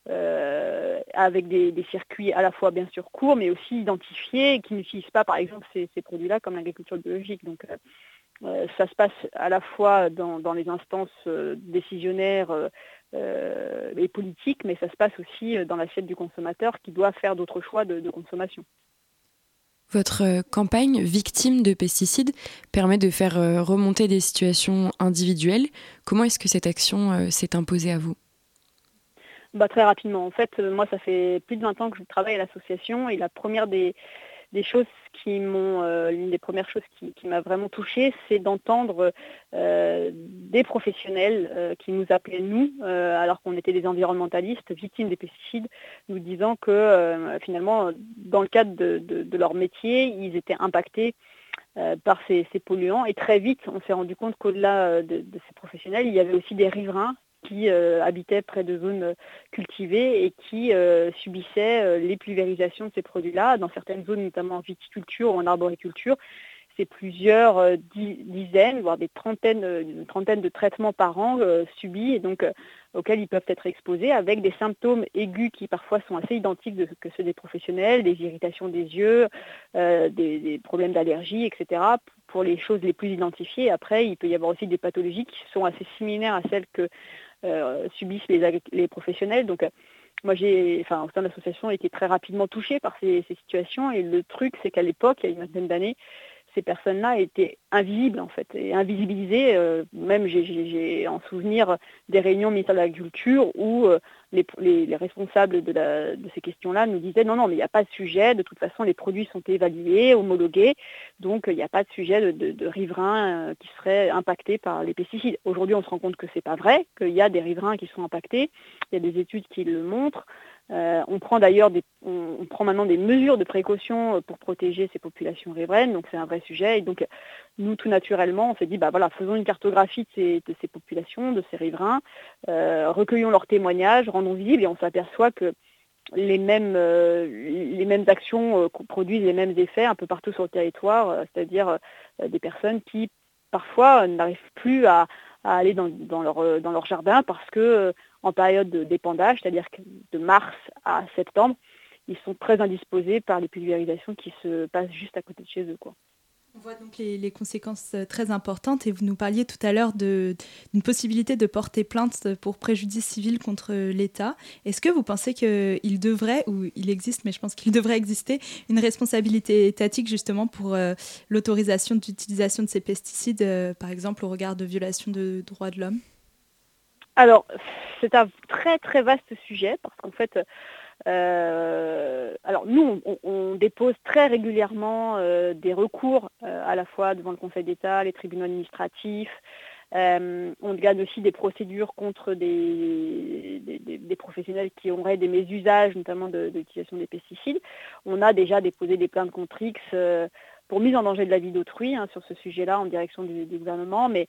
euh, avec des, des circuits à la fois bien sûr courts, mais aussi identifiés, qui n'utilisent pas par exemple ces, ces produits-là comme l'agriculture biologique. Donc euh, euh, ça se passe à la fois dans, dans les instances euh, décisionnaires euh, Euh, et politique, mais ça se passe aussi dans l'assiette du consommateur qui doit faire d'autres choix de, de consommation. Votre euh, campagne Victime de pesticides permet de faire euh, remonter des situations individuelles. Comment est-ce que cette action euh, s'est imposée à vous ? Bah, très rapidement. En fait, euh, moi, ça fait plus de vingt ans que je travaille à l'association et la première des, des choses qui m'ont, euh, l'une des premières choses qui, qui m'a vraiment touchée, c'est d'entendre euh, des professionnels euh, qui nous appelaient nous, euh, alors qu'on était des environnementalistes victimes des pesticides, nous disant que euh, finalement, dans le cadre de, de, de leur métier, ils étaient impactés euh, par ces, ces polluants. Et très vite, on s'est rendu compte qu'au-delà de, de ces professionnels, il y avait aussi des riverains qui euh, habitaient près de zones euh, cultivées et qui euh, subissaient euh, les pulvérisations de ces produits-là, dans certaines zones, notamment en viticulture ou en arboriculture. C'est plusieurs euh, dix, dizaines, voire des trentaines, euh, une trentaine de traitements par an euh, subis et donc euh, auxquels ils peuvent être exposés avec des symptômes aigus qui parfois sont assez identiques de, que ceux des professionnels, des irritations des yeux, euh, des, des problèmes d'allergie, et cetera. Pour les choses les plus identifiées. Après, il peut y avoir aussi des pathologies qui sont assez similaires à celles que Euh, subissent les, les professionnels. Donc, euh, moi, j'ai, enfin, au sein de l'association, été très rapidement touchée par ces, ces situations. Et le truc, c'est qu'à l'époque, il y a une vingtaine d'années, ces personnes-là étaient invisibles, en fait, et invisibilisées. Euh, même, j'ai, j'ai, j'ai en souvenir des réunions au ministère de l'Agriculture où euh, les, les, les responsables de, la, de ces questions-là nous disaient non, non, mais il n'y a pas de sujet. De toute façon, les produits sont évalués, homologués. Donc, il n'y a pas de sujet de, de, de riverains euh, qui seraient impactés par les pesticides. Aujourd'hui, on se rend compte que ce n'est pas vrai, qu'il y a des riverains qui sont impactés. Il y a des études qui le montrent. Euh, on prend d'ailleurs des, on, on prend maintenant des mesures de précaution pour protéger ces populations riveraines, donc c'est un vrai sujet. Et donc, nous, tout naturellement, on s'est dit, bah voilà, faisons une cartographie de ces, de ces populations, de ces riverains, euh, recueillons leurs témoignages, rendons visibles, et on s'aperçoit que les mêmes, euh, les mêmes actions euh, produisent les mêmes effets un peu partout sur le territoire, euh, c'est-à-dire euh, des personnes qui parfois euh, n'arrivent plus à, à aller dans, dans, leur, dans leur jardin parce que euh, en période d'épandage, c'est-à-dire que de mars à septembre, ils sont très indisposés par les pulvérisations qui se passent juste à côté de chez eux, quoi. On voit donc les, les conséquences très importantes et vous nous parliez tout à l'heure de, d'une possibilité de porter plainte pour préjudice civil contre l'État. Est-ce que vous pensez qu'il devrait, ou il existe, mais je pense qu'il devrait exister, une responsabilité étatique justement pour euh, l'autorisation d'utilisation de ces pesticides, euh, par exemple au regard de violations de droits de l'homme ? Alors, c'est un très très vaste sujet parce qu'en fait, Euh, alors nous, on, on dépose très régulièrement euh, des recours euh, à la fois devant le Conseil d'État, les tribunaux administratifs. Euh, on gagne aussi des procédures contre des, des, des professionnels qui auraient des mésusages, notamment de, de l'utilisation des pesticides. On a déjà déposé des plaintes contre X euh, pour mise en danger de la vie d'autrui hein, sur ce sujet-là en direction du, du gouvernement, mais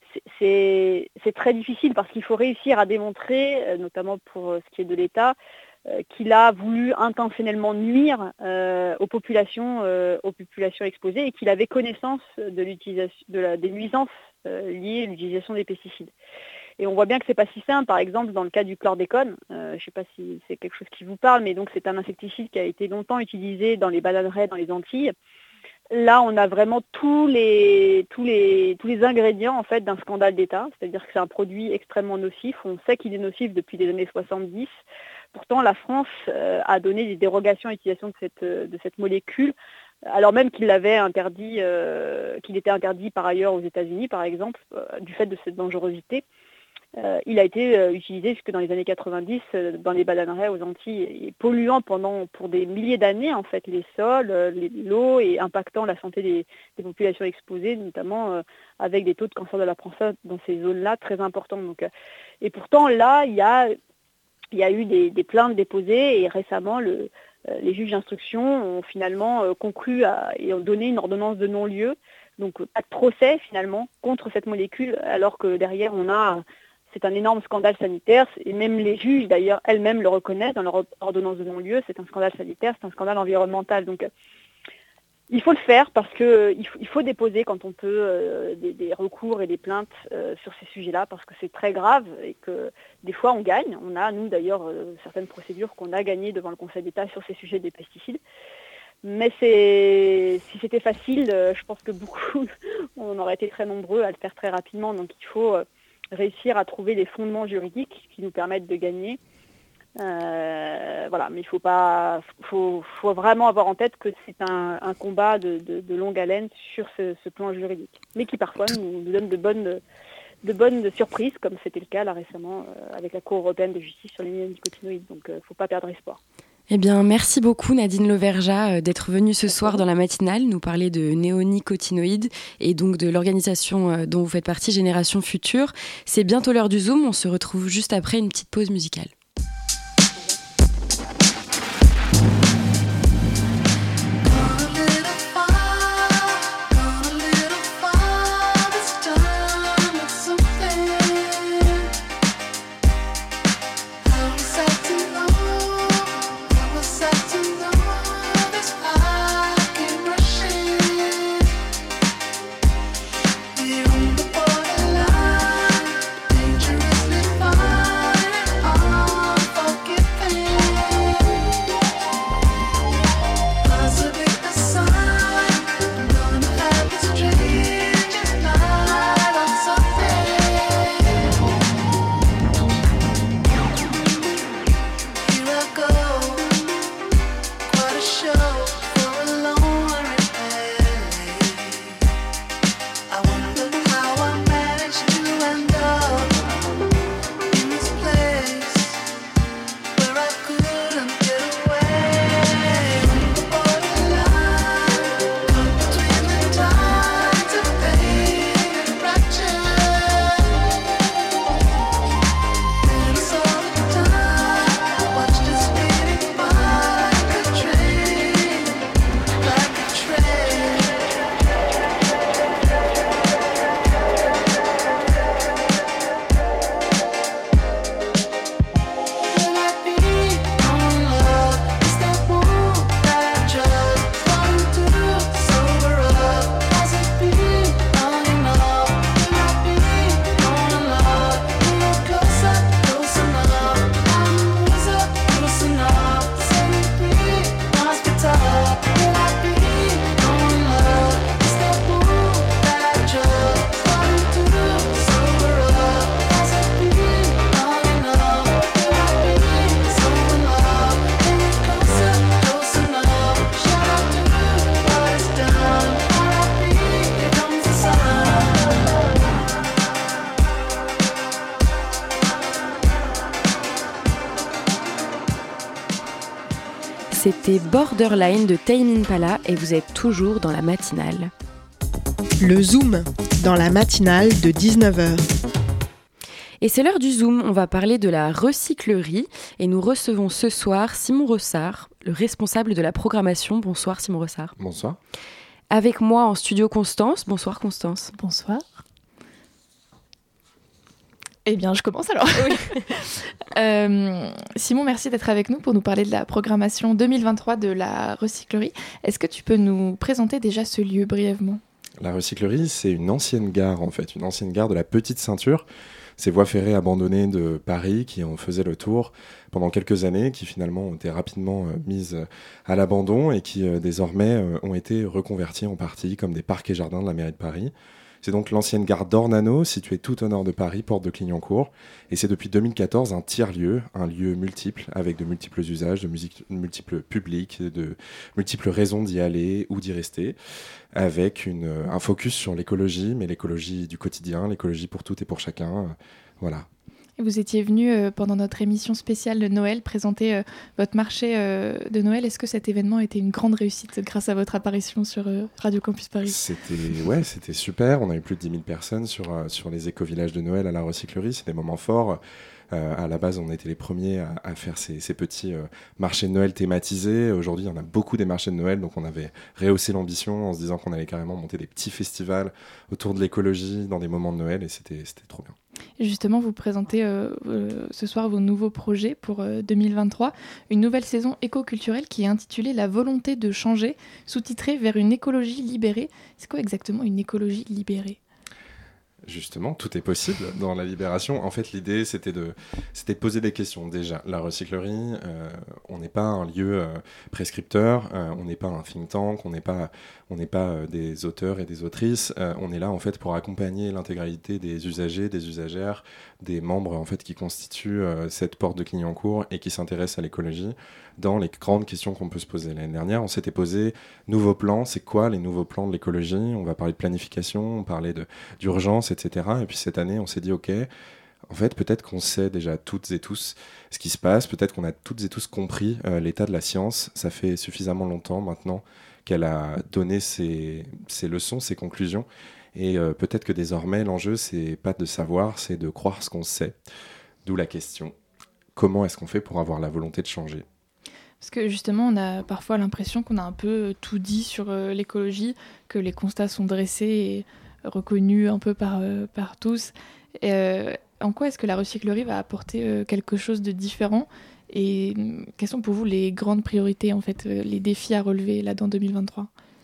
c'est, c'est très difficile parce qu'il faut réussir à démontrer, euh, notamment pour ce qui est de l'État, qu'il a voulu intentionnellement nuire euh, aux populations, euh, aux populations exposées et qu'il avait connaissance de l'utilisation, de la, des nuisances euh, liées à l'utilisation des pesticides. Et on voit bien que c'est pas si simple. Par exemple, dans le cas du chlordécone, euh, je ne sais pas si c'est quelque chose qui vous parle, mais donc c'est un insecticide qui a été longtemps utilisé dans les bananeraies dans les Antilles. Là, on a vraiment tous les, tous les, tous les ingrédients en fait, d'un scandale d'État, c'est-à-dire que c'est un produit extrêmement nocif. On sait qu'il est nocif depuis les années soixante-dix. Pourtant, la France euh, a donné des dérogations à l'utilisation de cette, de cette molécule, alors même qu'il l'avait interdit, euh, qu'il était interdit par ailleurs aux États-Unis, par exemple, euh, du fait de cette dangerosité. Euh, il a été euh, utilisé jusque dans les années quatre-vingt-dix euh, dans les bananeraies aux Antilles et polluant pendant pour des milliers d'années en fait les sols, euh, les, l'eau et impactant la santé des, des populations exposées, notamment euh, avec des taux de cancer de la prostate dans ces zones-là très importants. Donc, euh, et pourtant là, il y a il y a eu des, des plaintes déposées et récemment le, euh, les juges d'instruction ont finalement euh, conclu à, et ont donné une ordonnance de non-lieu. Donc pas de procès finalement contre cette molécule alors que derrière on a c'est un énorme scandale sanitaire et même les juges d'ailleurs elles-mêmes le reconnaissent dans leur ordonnance de non-lieu, c'est un scandale sanitaire, c'est un scandale environnemental. Donc euh, il faut le faire parce qu'il euh, faut, il faut déposer quand on peut euh, des, des recours et des plaintes euh, sur ces sujets-là parce que c'est très grave et que des fois on gagne. On a, nous d'ailleurs, euh, certaines procédures qu'on a gagnées devant le Conseil d'État sur ces sujets des pesticides. Mais c'est, si c'était facile, euh, je pense que beaucoup, on aurait été très nombreux à le faire très rapidement. Donc il faut euh, réussir à trouver des fondements juridiques qui nous permettent de gagner. Euh, voilà, mais il faut pas, faut, faut vraiment avoir en tête que c'est un, un combat de, de, de longue haleine sur ce, ce plan juridique, mais qui parfois nous, nous donne de bonnes, de bonnes surprises, comme c'était le cas là récemment euh, avec la Cour européenne de justice sur les néonicotinoïdes. Donc, il euh, ne faut pas perdre espoir. Eh bien, merci beaucoup Nadine Lauvergeat d'être venue ce soir dans la matinale nous parler de néonicotinoïdes et donc de l'organisation dont vous faites partie, Génération Future. C'est bientôt l'heure du Zoom, on se retrouve juste après une petite pause musicale. C'était Borderline de Tame Impala et vous êtes toujours dans la matinale. Le Zoom, dans la matinale de dix-neuf heures. Et c'est l'heure du Zoom, on va parler de la recyclerie et nous recevons ce soir Simon Ressart, le responsable de la programmation. Bonsoir Simon Ressart. Bonsoir. Avec moi en studio Constance. Bonsoir Constance. Bonsoir. Eh bien, je commence alors. Oui. euh, Simon, merci d'être avec nous pour nous parler de la programmation deux mille vingt-trois de la recyclerie. Est-ce que tu peux nous présenter déjà ce lieu brièvement ? La recyclerie, c'est une ancienne gare en fait, une ancienne gare de la Petite Ceinture. Ces voies ferrées abandonnées de Paris qui en faisaient le tour pendant quelques années, qui finalement ont été rapidement euh, mises à l'abandon et qui euh, désormais euh, ont été reconverties en partie comme des parcs et jardins de la mairie de Paris. C'est donc l'ancienne gare d'Ornano, située tout au nord de Paris, porte de Clignancourt. Et c'est depuis deux mille quatorze un tiers-lieu, un lieu multiple, avec de multiples usages, de musique, multiples publics, de multiples raisons d'y aller ou d'y rester, avec une, un focus sur l'écologie, mais l'écologie du quotidien, l'écologie pour toutes et pour chacun. Euh, voilà. Vous étiez venu euh, pendant notre émission spéciale de Noël présenter euh, votre marché euh, de Noël. Est-ce que cet événement a été une grande réussite grâce à votre apparition sur euh, Radio Campus Paris ? C'était, ouais, c'était super. On a eu plus de dix mille personnes sur, euh, sur les éco-villages de Noël à la recyclerie. C'est des moments forts. Euh, à la base, on était les premiers à, à faire ces, ces petits euh, marchés de Noël thématisés. Aujourd'hui, il y en a beaucoup des marchés de Noël, donc on avait rehaussé l'ambition en se disant qu'on allait carrément monter des petits festivals autour de l'écologie dans des moments de Noël, et c'était, c'était trop bien. Justement, vous présentez euh, euh, ce soir vos nouveaux projets pour euh, deux mille vingt-trois, une nouvelle saison éco-culturelle qui est intitulée « La volonté de changer », sous-titrée « Vers une écologie libérée ». C'est quoi exactement une écologie libérée ? Justement, tout est possible dans la libération. En fait, l'idée, c'était de, c'était de poser des questions. Déjà, la recyclerie, euh, on n'est pas un lieu euh, prescripteur, euh, on n'est pas un think tank, on n'est pas, on n'est pas euh, des auteurs et des autrices. Euh, on est là, en fait, pour accompagner l'intégralité des usagers, des usagères, des membres, en fait, qui constituent euh, cette porte de Clignancourt et qui s'intéressent à l'écologie dans les grandes questions qu'on peut se poser. L'année dernière, on s'était posé nouveaux plans. C'est quoi les nouveaux plans de l'écologie ? On va parler de planification, on parlait de, d'urgence, et cetera. Et puis cette année, on s'est dit, OK, en fait, peut-être qu'on sait déjà toutes et tous ce qui se passe. Peut-être qu'on a toutes et tous compris euh, l'état de la science. Ça fait suffisamment longtemps maintenant qu'elle a donné ses, ses leçons, ses conclusions. Et euh, peut-être que désormais, l'enjeu, c'est pas de savoir, c'est de croire ce qu'on sait. D'où la question, comment est-ce qu'on fait pour avoir la volonté de changer ? Parce que justement, on a parfois l'impression qu'on a un peu tout dit sur euh, l'écologie, que les constats sont dressés et reconnus un peu par, euh, par tous. Et, euh, en quoi est-ce que la recyclerie va apporter euh, quelque chose de différent ? Et euh, quelles sont pour vous les grandes priorités, en fait, euh, les défis à relever là dans deux mille vingt-trois ?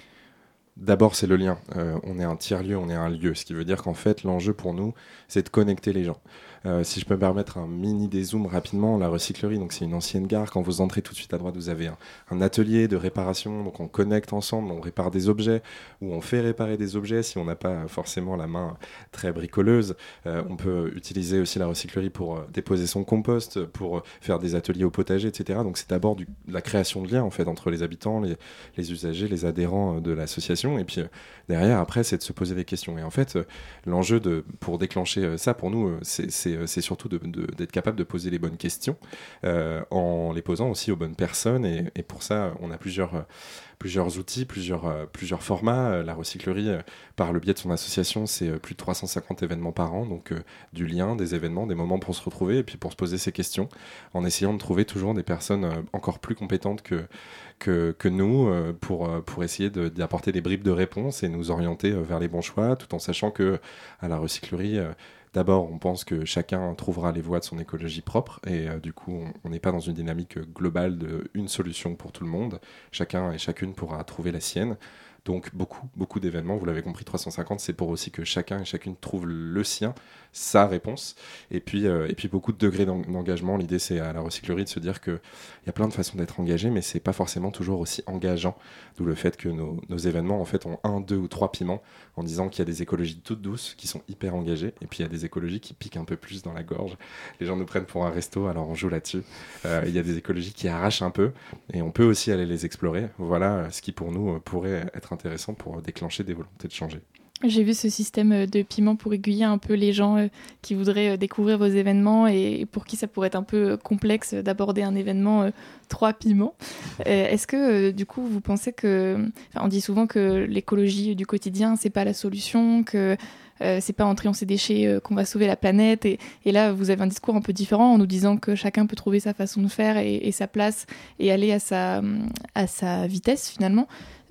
D'abord, c'est le lien. Euh, on est un tiers-lieu, on est un lieu. Ce qui veut dire qu'en fait, l'enjeu pour nous, c'est de connecter les gens. Euh, si je peux me permettre un mini dézoom rapidement, la recyclerie, donc c'est une ancienne gare. Quand vous entrez tout de suite à droite, vous avez un, un atelier de réparation. Donc on connecte ensemble, on répare des objets ou on fait réparer des objets si on n'a pas forcément la main très bricoleuse. Euh, on peut utiliser aussi la recyclerie pour euh, déposer son compost, pour euh, faire des ateliers au potager, et cetera. Donc c'est d'abord du, de la création de liens en fait entre les habitants, les, les usagers, les adhérents euh, de l'association. Et puis euh, derrière, après, c'est de se poser des questions. Et en fait, euh, l'enjeu de, pour déclencher euh, ça, pour nous, euh, c'est, c'est c'est surtout de, de, d'être capable de poser les bonnes questions euh, en les posant aussi aux bonnes personnes et, et pour ça on a plusieurs, euh, plusieurs outils, plusieurs, euh, plusieurs formats. La recyclerie euh, par le biais de son association c'est euh, plus de trois cent cinquante événements par an, donc euh, du lien, des événements, des moments pour se retrouver et puis pour se poser ces questions en essayant de trouver toujours des personnes euh, encore plus compétentes que, que, que nous euh, pour, euh, pour essayer de, d'apporter des bribes de réponse et nous orienter euh, vers les bons choix tout en sachant que à la recyclerie euh, d'abord, on pense que chacun trouvera les voies de son écologie propre et euh, du coup, on n'est pas dans une dynamique globale d'une solution pour tout le monde. Chacun et chacune pourra trouver la sienne. Donc, beaucoup, beaucoup d'événements, vous l'avez compris, trois cent cinquante, c'est pour aussi que chacun et chacune trouve le sien, sa réponse. Et puis, euh, et puis beaucoup de degrés d'engagement. L'idée, c'est à la recyclerie de se dire qu'il y a plein de façons d'être engagé, mais c'est pas forcément toujours aussi engageant. D'où le fait que nos, nos événements, en fait, ont un, deux ou trois piments en disant qu'il y a des écologies toutes douces qui sont hyper engagées, et puis il y a des écologies qui piquent un peu plus dans la gorge. Les gens nous prennent pour un resto, alors on joue là-dessus. Euh, il y a des écologies qui arrachent un peu, et on peut aussi aller les explorer. Voilà ce qui, pour nous, pourrait être intéressant pour déclencher des volontés de changer. J'ai vu ce système de piment pour aiguiller un peu les gens euh, qui voudraient euh, découvrir vos événements et pour qui ça pourrait être un peu complexe d'aborder un événement euh, trois piments. Euh, est-ce que euh, du coup vous pensez que, on dit souvent que l'écologie du quotidien c'est pas la solution, que euh, c'est pas en triant ses déchets euh, qu'on va sauver la planète et, et là vous avez un discours un peu différent en nous disant que chacun peut trouver sa façon de faire et, et sa place et aller à sa, à sa vitesse finalement.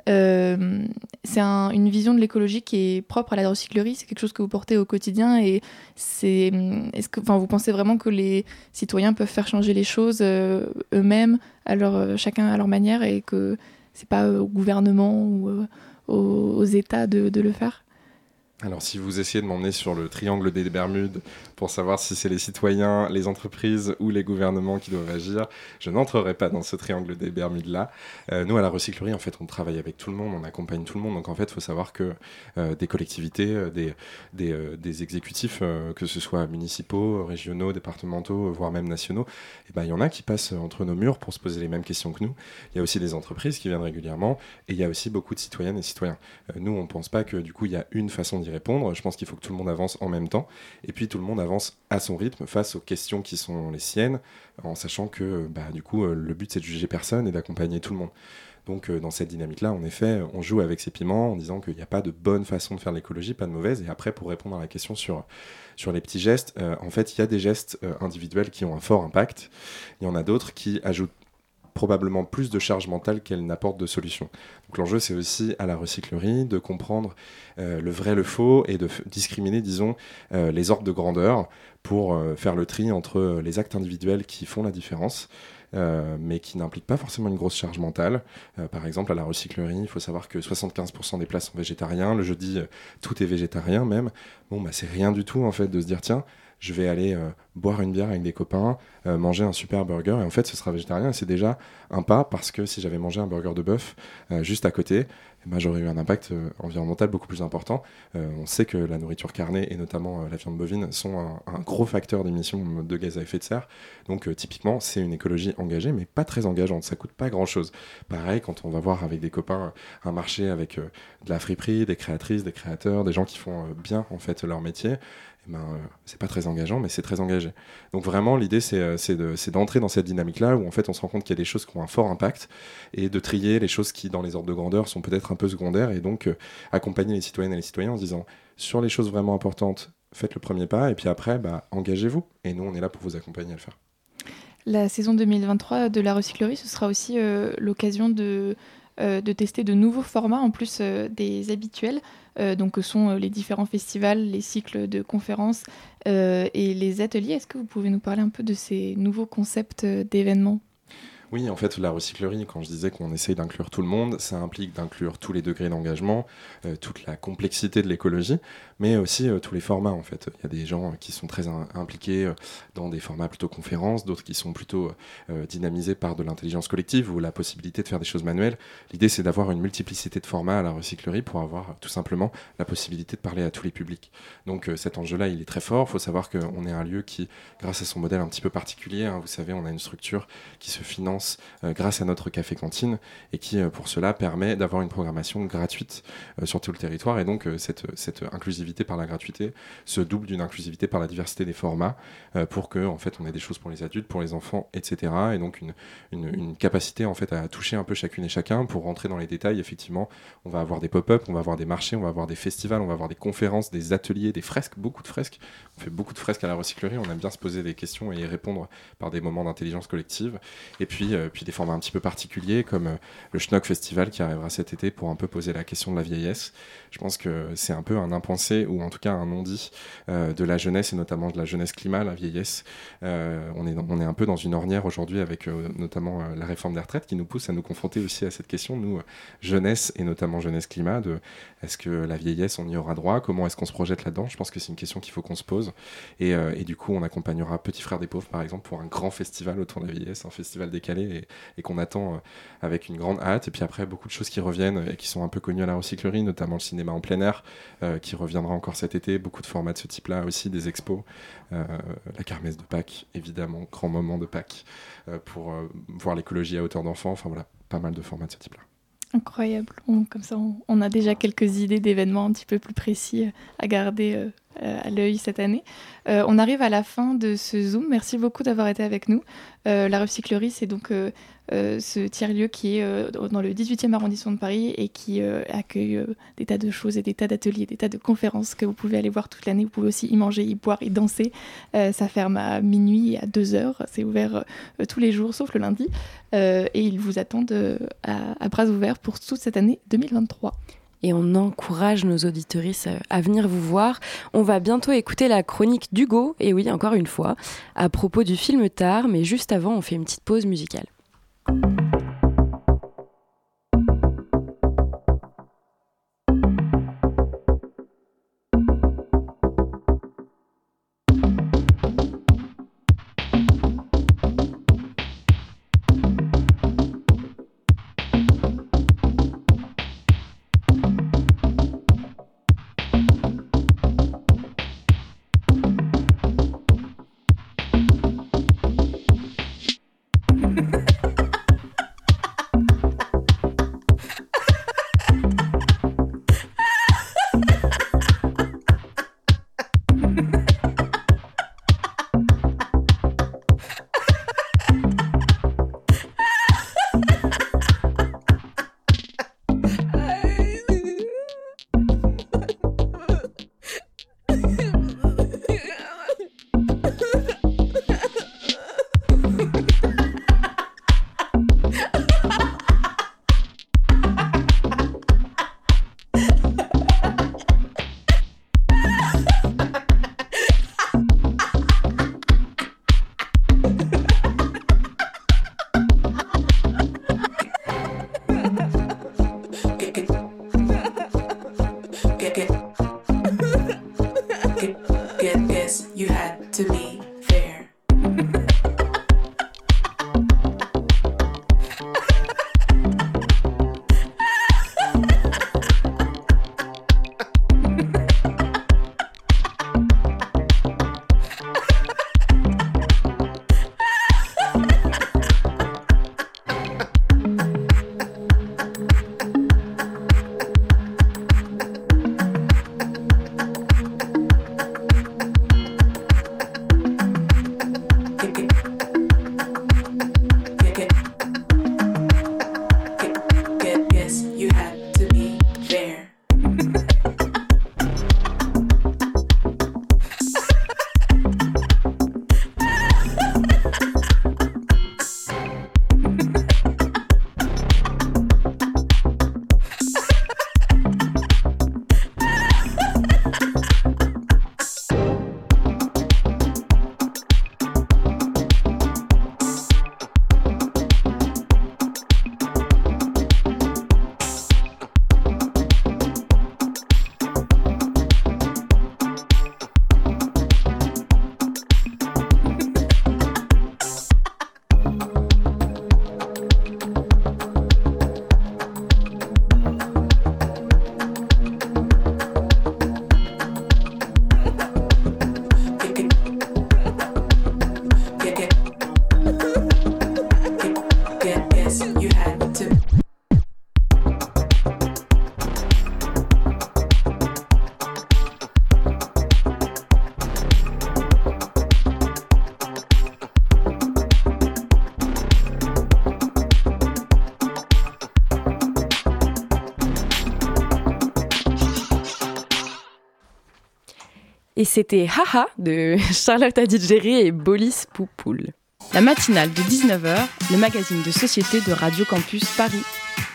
Euh, c'est un, une vision de l'écologie qui est propre à la recyclerie, c'est quelque chose que vous portez au quotidien et c'est, est-ce que, enfin, vous pensez vraiment que les citoyens peuvent faire changer les choses euh, eux-mêmes, à leur, chacun à leur manière et que c'est pas au gouvernement ou euh, aux, aux États de, de le faire ? Alors si vous essayez de m'emmener sur le triangle des Bermudes pour savoir si c'est les citoyens, les entreprises ou les gouvernements qui doivent agir, je n'entrerai pas dans ce triangle des Bermudes-là. Euh, nous, à la recyclerie, en fait, on travaille avec tout le monde, on accompagne tout le monde. Donc en fait, il faut savoir que euh, des collectivités, euh, des, des, euh, des exécutifs, euh, que ce soit municipaux, régionaux, départementaux, voire même nationaux, eh ben, il y en a qui passent entre nos murs pour se poser les mêmes questions que nous. Il y a aussi des entreprises qui viennent régulièrement et il y a aussi beaucoup de citoyennes et citoyens. Euh, nous, on ne pense pas que du coup, il y a une façon d'y répondre. Je pense qu'il faut que tout le monde avance en même temps et puis tout le monde avance à son rythme face aux questions qui sont les siennes en sachant que bah, du coup le but c'est de juger personne et d'accompagner tout le monde. Donc euh, dans cette dynamique-là, en effet, on joue avec ces piments en disant qu'il n'y a pas de bonne façon de faire l'écologie, pas de mauvaise. Et après, pour répondre à la question sur, sur les petits gestes, euh, en fait, il y a des gestes euh, individuels qui ont un fort impact. Il y en a d'autres qui ajoutent probablement plus de charge mentale qu'elle n'apporte de solution. Donc l'enjeu, c'est aussi à la recyclerie de comprendre euh, le vrai, le faux et de f- discriminer, disons, euh, les ordres de grandeur pour euh, faire le tri entre les actes individuels qui font la différence euh, mais qui n'implique pas forcément une grosse charge mentale. Euh, par exemple, à la recyclerie, il faut savoir que soixante-quinze pour cent des plats sont végétariens. Le jeudi, euh, tout est végétarien même. Bon, bah, c'est rien du tout en fait de se dire tiens, je vais aller euh, boire une bière avec des copains, euh, manger un super burger, et en fait ce sera végétarien, et c'est déjà un pas, parce que si j'avais mangé un burger de bœuf euh, juste à côté, eh ben, j'aurais eu un impact euh, environnemental beaucoup plus important. Euh, on sait que la nourriture carnée, et notamment euh, la viande bovine, sont un, un gros facteur d'émissions de gaz à effet de serre, donc euh, typiquement c'est une écologie engagée, mais pas très engageante, ça coûte pas grand chose. Pareil, quand on va voir avec des copains euh, un marché avec euh, de la friperie, des créatrices, des créateurs, des gens qui font euh, bien en fait leur métier, eh ben, euh, c'est pas très engageant, mais c'est très engagé. Donc vraiment, l'idée, c'est, euh, c'est, de, c'est d'entrer dans cette dynamique-là, où en fait, on se rend compte qu'il y a des choses qui ont un fort impact, et de trier les choses qui, dans les ordres de grandeur, sont peut-être un peu secondaires, et donc euh, accompagner les citoyennes et les citoyens en se disant, sur les choses vraiment importantes, faites le premier pas, et puis après, bah, engagez-vous. Et nous, on est là pour vous accompagner à le faire. La saison deux mille vingt-trois de la recyclerie, ce sera aussi euh, l'occasion de... Euh, de tester de nouveaux formats en plus euh, des habituels, euh, donc que sont euh, les différents festivals, les cycles de conférences euh, et les ateliers. Est-ce que vous pouvez nous parler un peu de ces nouveaux concepts euh, d'événements ? Oui, en fait, la recyclerie, quand je disais qu'on essaye d'inclure tout le monde, ça implique d'inclure tous les degrés d'engagement, euh, toute la complexité de l'écologie, mais aussi euh, tous les formats, en fait. Il y a des gens qui sont très in- impliqués euh, dans des formats plutôt conférences, d'autres qui sont plutôt euh, dynamisés par de l'intelligence collective ou la possibilité de faire des choses manuelles. L'idée, c'est d'avoir une multiplicité de formats à la recyclerie pour avoir euh, tout simplement la possibilité de parler à tous les publics. Donc euh, cet enjeu-là, il est très fort. Il faut savoir qu'on est un lieu qui, grâce à son modèle un petit peu particulier, hein, vous savez, on a une structure qui se finance Euh, grâce à notre café-cantine et qui, euh, pour cela, permet d'avoir une programmation gratuite euh, sur tout le territoire. Et donc, euh, cette, cette inclusivité par la gratuité se double d'une inclusivité par la diversité des formats euh, pour que, en fait, on ait des choses pour les adultes, pour les enfants, et cetera. Et donc, une, une, une capacité, en fait, à toucher un peu chacune et chacun. Pour rentrer dans les détails, effectivement, on va avoir des pop-up, on va avoir des marchés, on va avoir des festivals, on va avoir des conférences, des ateliers, des fresques, beaucoup de fresques. On fait beaucoup de fresques à la recyclerie. On aime bien se poser des questions et y répondre par des moments d'intelligence collective. Et puis, euh, puis des formats un petit peu particuliers comme euh, le Schnock Festival qui arrivera cet été pour un peu poser la question de la vieillesse. Je pense que c'est un peu un impensé ou en tout cas un non-dit euh, de la jeunesse et notamment de la jeunesse climat, la vieillesse. Euh, on, est, on est un peu dans une ornière aujourd'hui avec euh, notamment euh, la réforme des retraites qui nous pousse à nous confronter aussi à cette question, nous, euh, jeunesse et notamment jeunesse climat, de est-ce que la vieillesse, on y aura droit ? Comment est-ce qu'on se projette là-dedans ? Je pense que c'est une question qu'il faut qu'on se pose. Et, euh, et du coup, on accompagnera Petit Frère des Pauvres, par exemple, pour un grand festival autour de la vieillesse, un festival décalé et, et qu'on attend euh, avec une grande hâte. Et puis après, beaucoup de choses qui reviennent et qui sont un peu connues à la recyclerie, notamment le cinéma en plein air, euh, qui reviendra encore cet été. Beaucoup de formats de ce type-là aussi, des expos. Euh, la kermesse de Pâques, évidemment, grand moment de Pâques, euh, pour euh, voir l'écologie à hauteur d'enfant. Enfin voilà, pas mal de formats de ce type-là. Incroyable. On, comme ça, on, on a déjà quelques idées d'événements un petit peu plus précis à garder euh, à l'œil cette année. Euh, on arrive à la fin de ce Zoom. Merci beaucoup d'avoir été avec nous. Euh, la recyclerie, c'est donc euh, euh, ce tiers-lieu qui est euh, dans le dix-huitième arrondissement de Paris et qui euh, accueille euh, des tas de choses et des tas d'ateliers, des tas de conférences que vous pouvez aller voir toute l'année. Vous pouvez aussi y manger, y boire, y danser. Euh, ça ferme à minuit et à deux heures. C'est ouvert euh, tous les jours, sauf le lundi. Euh, et ils vous attendent euh, à, à bras ouverts pour toute cette année deux mille vingt-trois. Et on encourage nos auditrices à venir vous voir. On va bientôt écouter la chronique d'Hugo, et oui, encore une fois, à propos du film Tar, mais juste avant, on fait une petite pause musicale. you had to be fair. Et c'était Haha de Charlotte Adigéry et Bolis Poupoul. La matinale de dix-neuf heures, le magazine de société de Radio Campus Paris.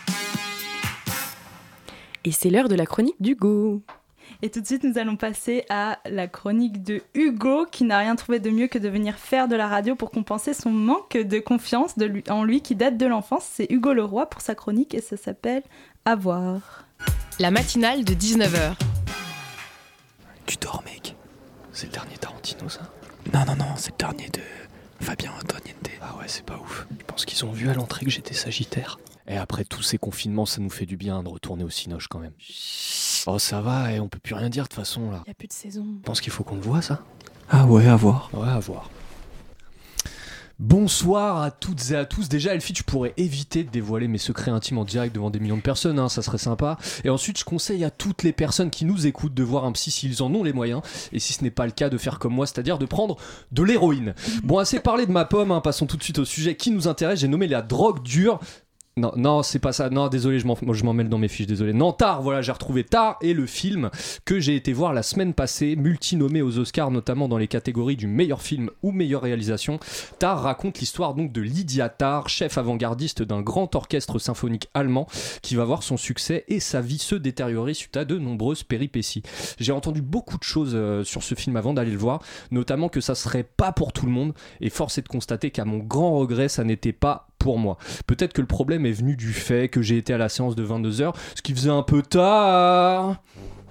Et c'est l'heure de la chronique d'Hugo. Et tout de suite, nous allons passer à la chronique de Hugo, qui n'a rien trouvé de mieux que de venir faire de la radio pour compenser son manque de confiance de lui, en lui qui date de l'enfance. C'est Hugo Leroy pour sa chronique et ça s'appelle « Avoir ». La matinale de dix-neuf heures. Tu dors, mec. C'est le dernier Tarantino, ça? Non, non, non, c'est le dernier de Fabien Antoniente. Ah ouais, c'est pas ouf. Je pense qu'ils ont vu à l'entrée que j'étais sagittaire. Et après tous ces confinements, ça nous fait du bien de retourner au Cinoche quand même. Oh, ça va, et on peut plus rien dire de toute façon, là. Y a plus de saison. Je pense qu'il faut qu'on le voit, ça? Ah ouais, à voir. Ouais, à voir. Bonsoir à toutes et à tous. Déjà, Elfie, tu pourrais éviter de dévoiler mes secrets intimes en direct devant des millions de personnes, hein, ça serait sympa. Et ensuite, je conseille à toutes les personnes qui nous écoutent de voir un psy s'ils en ont les moyens. Et si ce n'est pas le cas, de faire comme moi, c'est-à-dire de prendre de l'héroïne. Bon, assez parlé de ma pomme, hein, passons tout de suite au sujet qui nous intéresse. J'ai nommé la drogue dure. Non, non, c'est pas ça. Non, désolé, je m'en, je m'en mêle dans mes fiches, désolé. Non, Tar, voilà, j'ai retrouvé Tar et le film que j'ai été voir la semaine passée, multi-nommé aux Oscars, notamment dans les catégories du meilleur film ou meilleure réalisation. Tar raconte l'histoire donc de Lydia Tar, chef avant-gardiste d'un grand orchestre symphonique allemand qui va voir son succès et sa vie se détériorer suite à de nombreuses péripéties. J'ai entendu beaucoup de choses euh, sur ce film avant d'aller le voir, notamment que ça serait pas pour tout le monde, et force est de constater qu'à mon grand regret, ça n'était pas pour moi. Peut-être que le problème est venu du fait que j'ai été à la séance de vingt-deux heures, ce qui faisait un peu tard.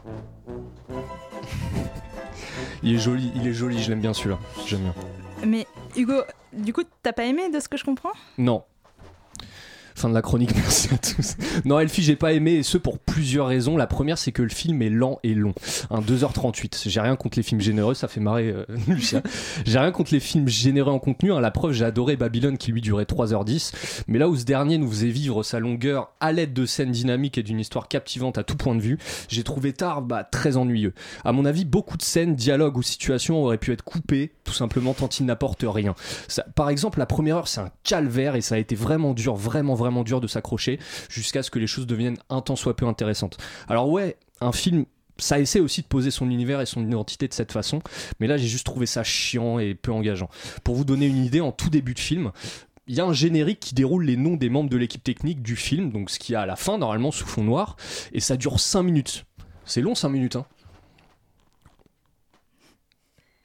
Il est joli, il est joli, je l'aime bien celui-là. J'aime bien. Mais Hugo, du coup, t'as pas aimé de ce que je comprends? Non. Fin de la chronique, merci à tous. Non, Elfie, j'ai pas aimé, et ce pour plusieurs raisons. La première, c'est que le film est lent et long. Hein, deux heures trente-huit. J'ai rien contre les films généreux, ça fait marrer euh, Lucien. J'ai rien contre les films généreux en contenu. Hein, la preuve, j'ai adoré Babylone qui lui durait trois heures dix. Mais là où ce dernier nous faisait vivre sa longueur à l'aide de scènes dynamiques et d'une histoire captivante à tout point de vue, j'ai trouvé Tar bah, très ennuyeux. À mon avis, beaucoup de scènes, dialogues ou situations auraient pu être coupées, tout simplement tant ils n'apportent rien. Ça, par exemple, la première heure, c'est un calvaire et ça a été vraiment dur, vraiment, vraiment vraiment dur de s'accrocher jusqu'à ce que les choses deviennent un tant soit peu intéressantes. Alors ouais, un film, ça essaie aussi de poser son univers et son identité de cette façon, mais là j'ai juste trouvé ça chiant et peu engageant. Pour vous donner une idée, en tout début de film, il y a un générique qui déroule les noms des membres de l'équipe technique du film, donc ce qu'il y a à la fin normalement sous fond noir, et ça dure cinq minutes. C'est long cinq minutes, hein.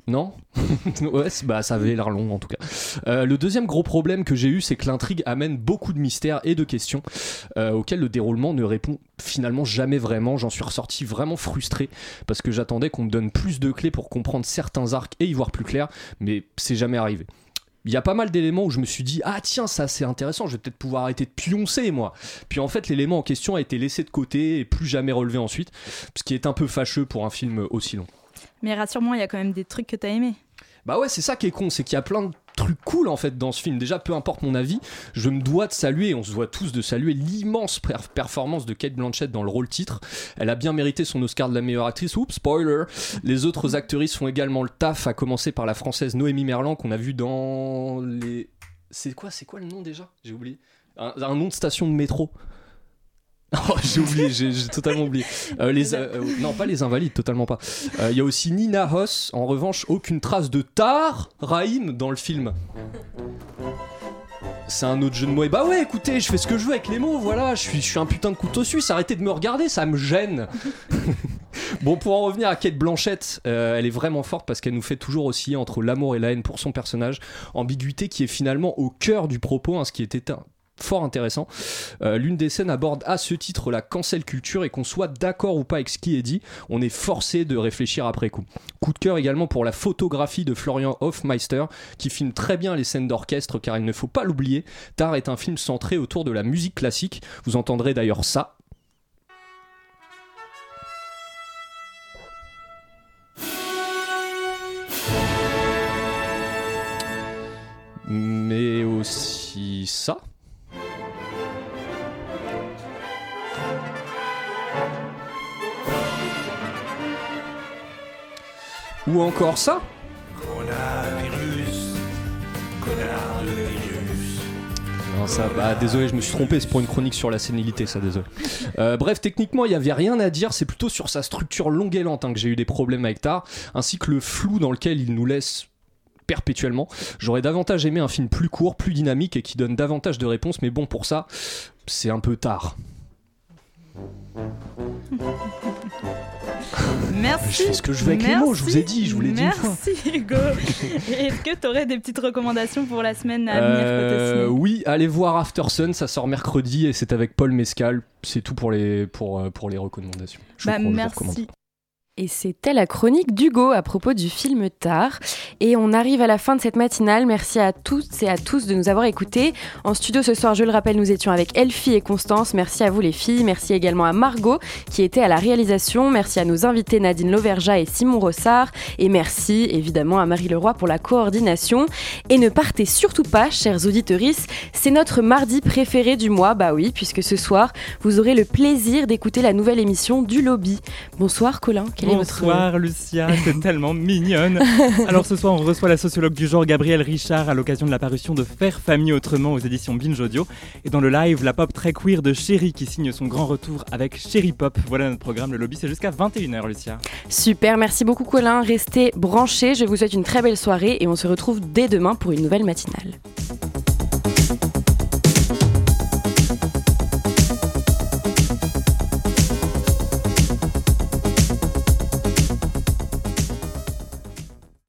Non. Ouais, bah ça avait l'air long en tout cas. Euh, le deuxième gros problème que j'ai eu, c'est que l'intrigue amène beaucoup de mystères et de questions euh, auxquels le déroulement ne répond finalement jamais vraiment. J'en suis ressorti vraiment frustré parce que j'attendais qu'on me donne plus de clés pour comprendre certains arcs et y voir plus clair, mais c'est jamais arrivé. Il y a pas mal d'éléments où je me suis dit ah tiens ça c'est intéressant, je vais peut-être pouvoir arrêter de pioncer moi. Puis en fait l'élément en question a été laissé de côté et plus jamais relevé ensuite, ce qui est un peu fâcheux pour un film aussi long. Mais rassure-moi, il y a quand même des trucs que t'as aimés. Bah ouais, c'est ça qui est con, c'est qu'il y a plein de trucs cool en fait dans ce film. Déjà, peu importe mon avis, je me dois de saluer, on se doit tous de saluer l'immense per- performance de Cate Blanchett dans le rôle titre. Elle a bien mérité son Oscar de la meilleure actrice. Oups, spoiler. Les autres actrices font également le taf, à commencer par la française Noémie Merlan qu'on a vu dans les... C'est quoi, c'est quoi le nom déjà ? J'ai oublié. Un, un nom de station de métro. Oh, j'ai oublié, j'ai, j'ai totalement oublié. Euh, les, euh, non, pas les Invalides, totalement pas. Il euh, y a aussi Nina Hoss. En revanche, aucune trace de Tahar Rahim dans le film. C'est un autre jeu de mots. Et bah ouais, écoutez, je fais ce que je veux avec les mots, voilà. Je suis, je suis un putain de couteau suisse. Arrêtez de me regarder, ça me gêne. Bon, pour en revenir à Cate Blanchett, euh, elle est vraiment forte parce qu'elle nous fait toujours osciller entre l'amour et la haine pour son personnage. Ambiguïté qui est finalement au cœur du propos, hein, ce qui était un fort intéressant. Euh, l'une des scènes aborde à ce titre la cancel culture et qu'on soit d'accord ou pas avec ce qui est dit, on est forcé de réfléchir après coup. Coup de cœur également pour la photographie de Florian Hofmeister qui filme très bien les scènes d'orchestre car il ne faut pas l'oublier, Tahar est un film centré autour de la musique classique. Vous entendrez d'ailleurs ça. Mais aussi ça. Ou encore ça. Coronavirus, connard de virus. Non, ça, bah désolé, je me suis trompé, c'est pour une chronique sur la sénilité, ça, désolé. Euh, bref, techniquement, il n'y avait rien à dire, c'est plutôt sur sa structure longue et lente hein, que j'ai eu des problèmes avec Tahar, ainsi que le flou dans lequel il nous laisse perpétuellement. J'aurais davantage aimé un film plus court, plus dynamique et qui donne davantage de réponses, mais bon, pour ça, c'est un peu tard. Merci. Je fais ce que je veux avec Merci. les mots, je vous ai dit, je vous l'ai dit une fois. Merci Hugo. Et est-ce que tu aurais des petites recommandations pour la semaine à venir euh, côté ciné ? Oui, allez voir After Sun, ça sort mercredi et c'est avec Paul Mescal. C'est tout pour les, pour, pour les recommandations. Je bah, vous, je merci. vous Et c'était la chronique d'Hugo à propos du film Tahar. Et on arrive à la fin de cette matinale. Merci à toutes et à tous de nous avoir écoutés. En studio ce soir, je le rappelle, nous étions avec Elfie et Constance. Merci à vous les filles. Merci également à Margot qui était à la réalisation. Merci à nos invités Nadine Lauverja et Simon Rossard. Et merci évidemment à Marie Leroy pour la coordination. Et ne partez surtout pas, chers auditeuristes. C'est notre mardi préféré du mois. Bah oui, puisque ce soir, vous aurez le plaisir d'écouter la nouvelle émission du Lobby. Bonsoir Colin. Bonsoir Lucia, t'es tellement mignonne. Alors ce soir on reçoit la sociologue du genre Gabrielle Richard à l'occasion de la parution de Faire famille autrement aux éditions Binge Audio. Et dans le live, la pop très queer de Chéri qui signe son grand retour avec Chéri Pop. Voilà notre programme, le Lobby, c'est jusqu'à vingt et une heures Lucia. Super, merci beaucoup Colin, restez branchés, je vous souhaite une très belle soirée et on se retrouve dès demain pour une nouvelle matinale.